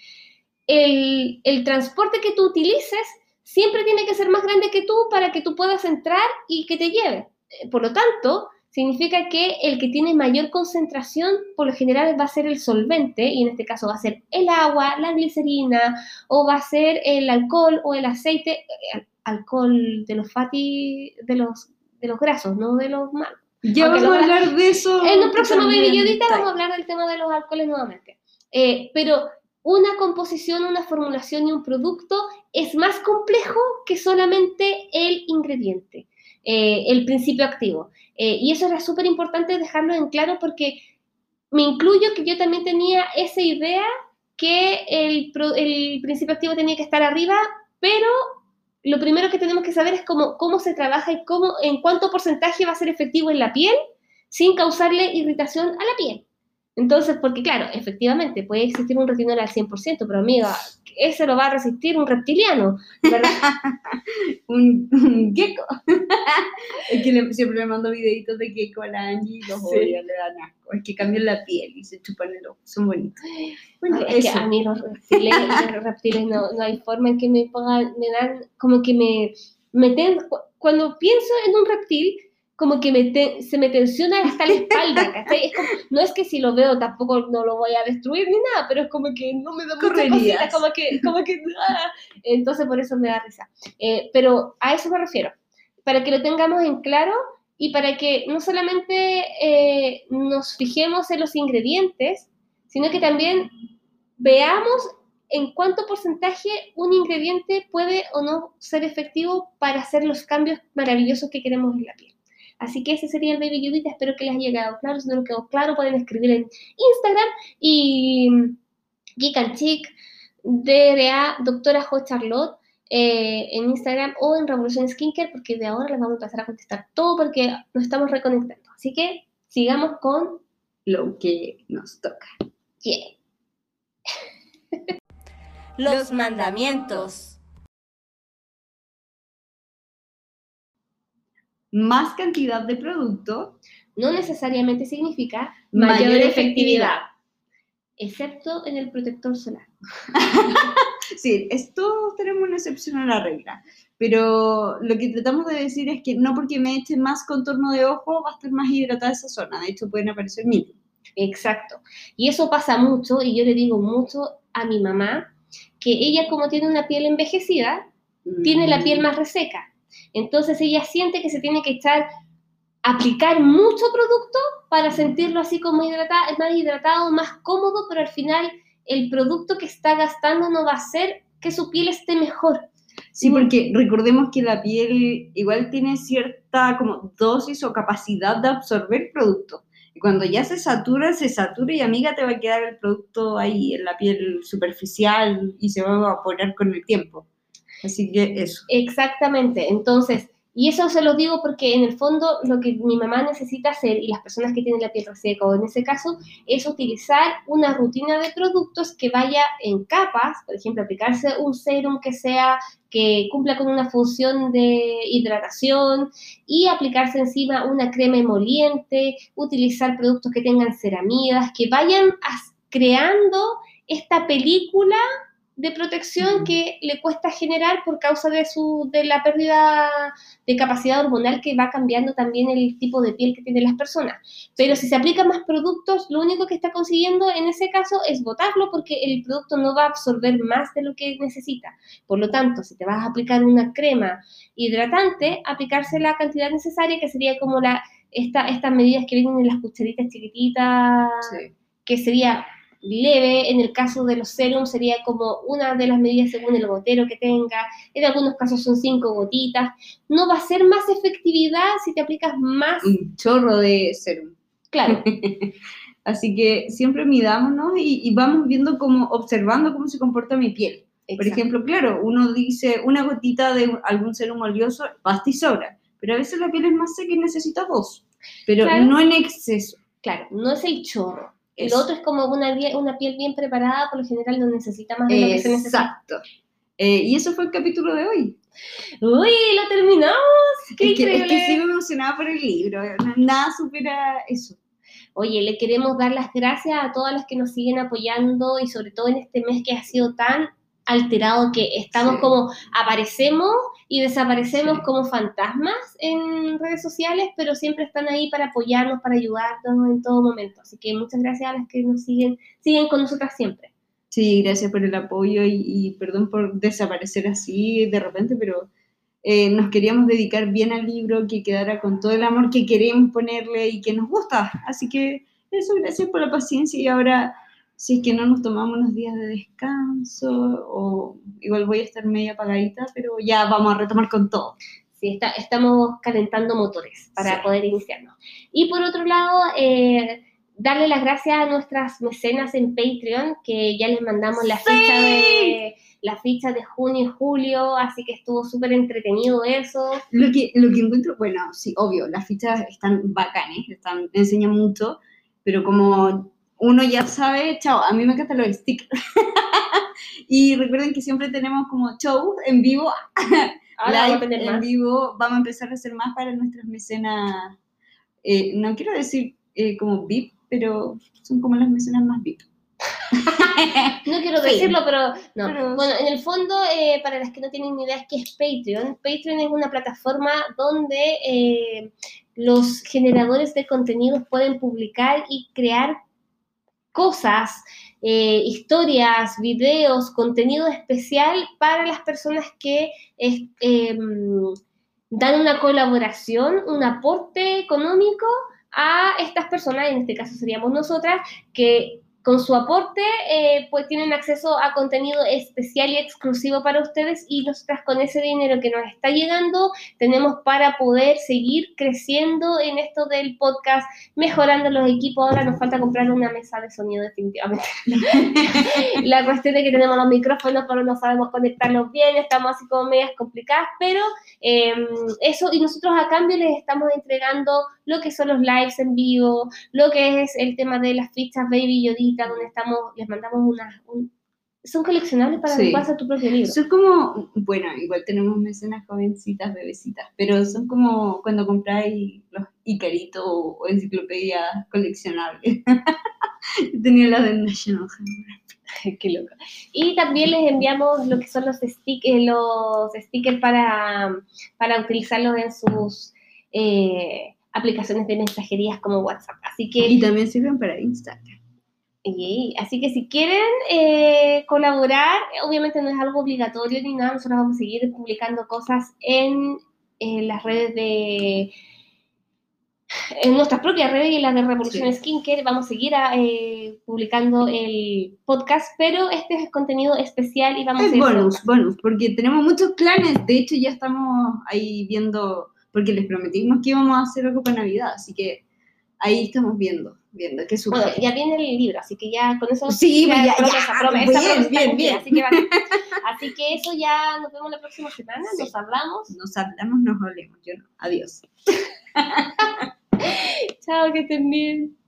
el, el transporte que tú utilices siempre tiene que ser más grande que tú para que tú puedas entrar y que te lleve. Por lo tanto, significa que el que tiene mayor concentración, por lo general va a ser el solvente, y en este caso va a ser el agua, la glicerina, o va a ser el alcohol o el aceite, el alcohol de los fatty, de los, de los grasos, no de los malos. Ya vamos a hablar de eso. En un próximo Baby Yodita vamos a hablar del tema de los alcoholes nuevamente. Eh, pero una composición, una formulación y un producto es más complejo que solamente el ingrediente, eh, el principio activo. Eh, y eso era súper importante dejarlo en claro porque me incluyo que yo también tenía esa idea que el, el principio activo tenía que estar arriba, pero lo primero que tenemos que saber es cómo, cómo se trabaja y cómo, en cuánto porcentaje va a ser efectivo en la piel sin causarle irritación a la piel. Entonces, porque claro, efectivamente puede existir un retinol al cien por ciento, pero amiga, ese lo va a resistir un reptiliano, ¿verdad? un, un gecko. Es que le, siempre le mando videitos de gecko a la Angie y los Sí. odia, le dan asco. Es que cambian la piel y se chupan el ojo, son bonitos. Bueno, Ay, es eso. que a mí los reptiles, los reptiles no, no hay forma en que me pongan, me dan, como que me, me ten- cu- cuando pienso en un reptil, como que me te- se me tensiona hasta la espalda, ¿cachai? Es como, no es que si lo veo tampoco no lo voy a destruir ni nada, pero es como que no me da mucha Correrías. cosita, como que, como que, ah. Entonces por eso me da risa. Eh, pero a eso me refiero, para que lo tengamos en claro y para que no solamente eh, nos fijemos en los ingredientes, sino que también veamos en cuánto porcentaje un ingrediente puede o no ser efectivo para hacer los cambios maravillosos que queremos en la piel. Así que ese sería el Baby Judith, espero que les haya quedado claro. Si no les quedó claro, pueden escribir en Instagram y Geek and Chic, D R A, Doctora Jo Charlotte, eh, en Instagram o en Revolución Skincare, porque de ahora les vamos a empezar a contestar todo porque nos estamos reconectando. Así que sigamos con Lo que nos toca. yeah. Los mandamientos. Más cantidad de producto, No necesariamente significa mayor, mayor, efectividad. efectividad, excepto en el protector solar. Sí, esto tenemos una excepción a la regla. Pero lo que tratamos de decir es que no porque me eche más contorno de ojo va a estar más hidratada esa zona. De hecho, pueden aparecer micros. Exacto. Y eso pasa mucho, y yo le digo mucho a mi mamá, que ella como tiene una piel envejecida, Mm. tiene la piel más reseca. Entonces ella siente que se tiene que echar, aplicar mucho producto para sentirlo así como hidratado, más hidratado, más cómodo, pero al final el producto que está gastando no va a hacer que su piel esté mejor. Sí, porque recordemos que la piel igual tiene cierta como dosis o capacidad de absorber producto. Y cuando ya se satura, se satura y amiga te va a quedar el producto ahí en la piel superficial y se va a evaporar con el tiempo. Así que eso. Exactamente, entonces, y eso se lo digo porque en el fondo lo que mi mamá necesita hacer y las personas que tienen la piel reseca o en ese caso es utilizar una rutina de productos que vaya en capas, por ejemplo, aplicarse un sérum que sea, que cumpla con una función de hidratación y aplicarse encima una crema emoliente, utilizar productos que tengan ceramidas, que vayan as- creando esta película de protección Ujú. que le cuesta generar por causa de su de la pérdida de capacidad hormonal que va cambiando también el tipo de piel que tienen las personas. Pero si se aplican más productos, lo único que está consiguiendo en ese caso es botarlo porque el producto no va a absorber más de lo que necesita. Por lo tanto, si te vas a aplicar una crema hidratante, aplicarse la cantidad necesaria, que sería como la esta, estas medidas que vienen en las cucharitas chiquititas, Sí. que sería leve. En el caso de los serums sería como una de las medidas según el gotero que tenga, en algunos casos son cinco gotitas. No va a ser más efectividad si te aplicas más, Un chorro de serum. claro, Así que siempre midámonos y, y vamos viendo cómo, observando cómo se comporta mi piel. Por exacto. ejemplo, claro, uno dice una gotita de algún serum oleoso, basta y sobra. Pero a veces la piel es más seca y necesita dos. Pero Claro. no en exceso. Claro, no es el chorro. Y Eso. lo otro es como una, vie- una piel bien preparada, por lo general no necesita más de lo que se necesita. Exacto. Eh, y eso fue el capítulo de hoy. ¡Uy, lo terminamos! ¡Qué Es que, es increíble! que sigo emocionada por el libro. Nada supera eso. Oye, le queremos dar las gracias a todas las que nos siguen apoyando y sobre todo en este mes que ha sido tan alterado que estamos Sí. como aparecemos y desaparecemos Sí. como fantasmas en redes sociales, pero siempre están ahí para apoyarnos, para ayudarnos en todo momento. Así que muchas gracias a las que nos siguen, siguen con nosotras siempre. Sí, gracias por el apoyo y, y perdón por desaparecer así de repente, pero eh, nos queríamos dedicar bien al libro, que quedara con todo el amor que queremos ponerle y que nos gusta. Así que eso, gracias por la paciencia y ahora, si es que no nos tomamos unos días de descanso, o igual voy a estar media apagadita, pero ya vamos a retomar con todo. Sí, está, estamos calentando motores para Sí. poder iniciarnos. Y por otro lado, eh, darle las gracias a nuestras mecenas en Patreon, que ya les mandamos la ¡Sí! ficha de la ficha de junio y julio, así que estuvo súper entretenido eso. Lo que, lo que encuentro, bueno, sí, obvio, las fichas están bacanes, están, enseñan mucho, pero como uno ya sabe, chao, a mí me encantan los stickers. Y recuerden que siempre tenemos como show en vivo, Ahora vamos a live tener en más. vivo, vamos a empezar a hacer más para nuestras mecenas, eh, no quiero decir eh, como V I P, pero son como las mecenas más V I P. No quiero Sí. decirlo, pero no. Pero- Bueno, en el fondo, eh, para las que no tienen ni idea, ¿qué es Patreon? Patreon es una plataforma donde eh, los generadores de contenidos pueden publicar y crear cosas, eh, historias, videos, contenido especial para las personas que es, eh, dan una colaboración, un aporte económico a estas personas, en este caso seríamos nosotras, que con su aporte eh, pues tienen acceso a contenido especial y exclusivo para ustedes, y nosotras con ese dinero que nos está llegando tenemos para poder seguir creciendo en esto del podcast, mejorando los equipos. Ahora nos falta comprar una mesa de sonido definitivamente. La cuestión es que tenemos los micrófonos pero no sabemos conectarlos bien, estamos así como medias complicadas, pero eh, eso, y nosotros a cambio les estamos entregando lo que son los lives en vivo, lo que es el tema de las fichas Baby Yodita, donde estamos, les mandamos unas, un, son coleccionables para Sí. que puedas hacer tu propio libro. Son como, bueno, igual tenemos mecenas jovencitas, bebecitas, pero son como cuando compráis los Icarito o enciclopedias coleccionables. Yo tenía las de National Geographic. Qué loco. Y también les enviamos lo que son los stickers, los stickers para, para utilizarlos en sus eh, aplicaciones de mensajerías como WhatsApp. Así que, Y también sirven para Instagram. y, así que si quieren eh, colaborar, obviamente no es algo obligatorio ni nada, nosotros vamos a seguir publicando cosas en, en las redes de... en nuestras propias redes y en las de Revolución Sí. Skincare vamos a seguir a, eh, publicando el podcast, pero este es contenido especial y vamos a Es ir bonus, bonus, porque tenemos muchos planes. De hecho, ya estamos ahí viendo, porque les prometimos que íbamos a hacer algo para Navidad, así que ahí estamos viendo, viendo qué surge. Bueno, ya viene el libro, así que ya con eso... Sí, ya, ya, promesa, ya, promesa, bien, promesa está bien, cumplida, bien. Así que, va- así que eso ya nos vemos la próxima semana, Sí. nos hablamos. Nos hablamos, nos hablemos. Yo no. Adiós. Chao, que estén bien.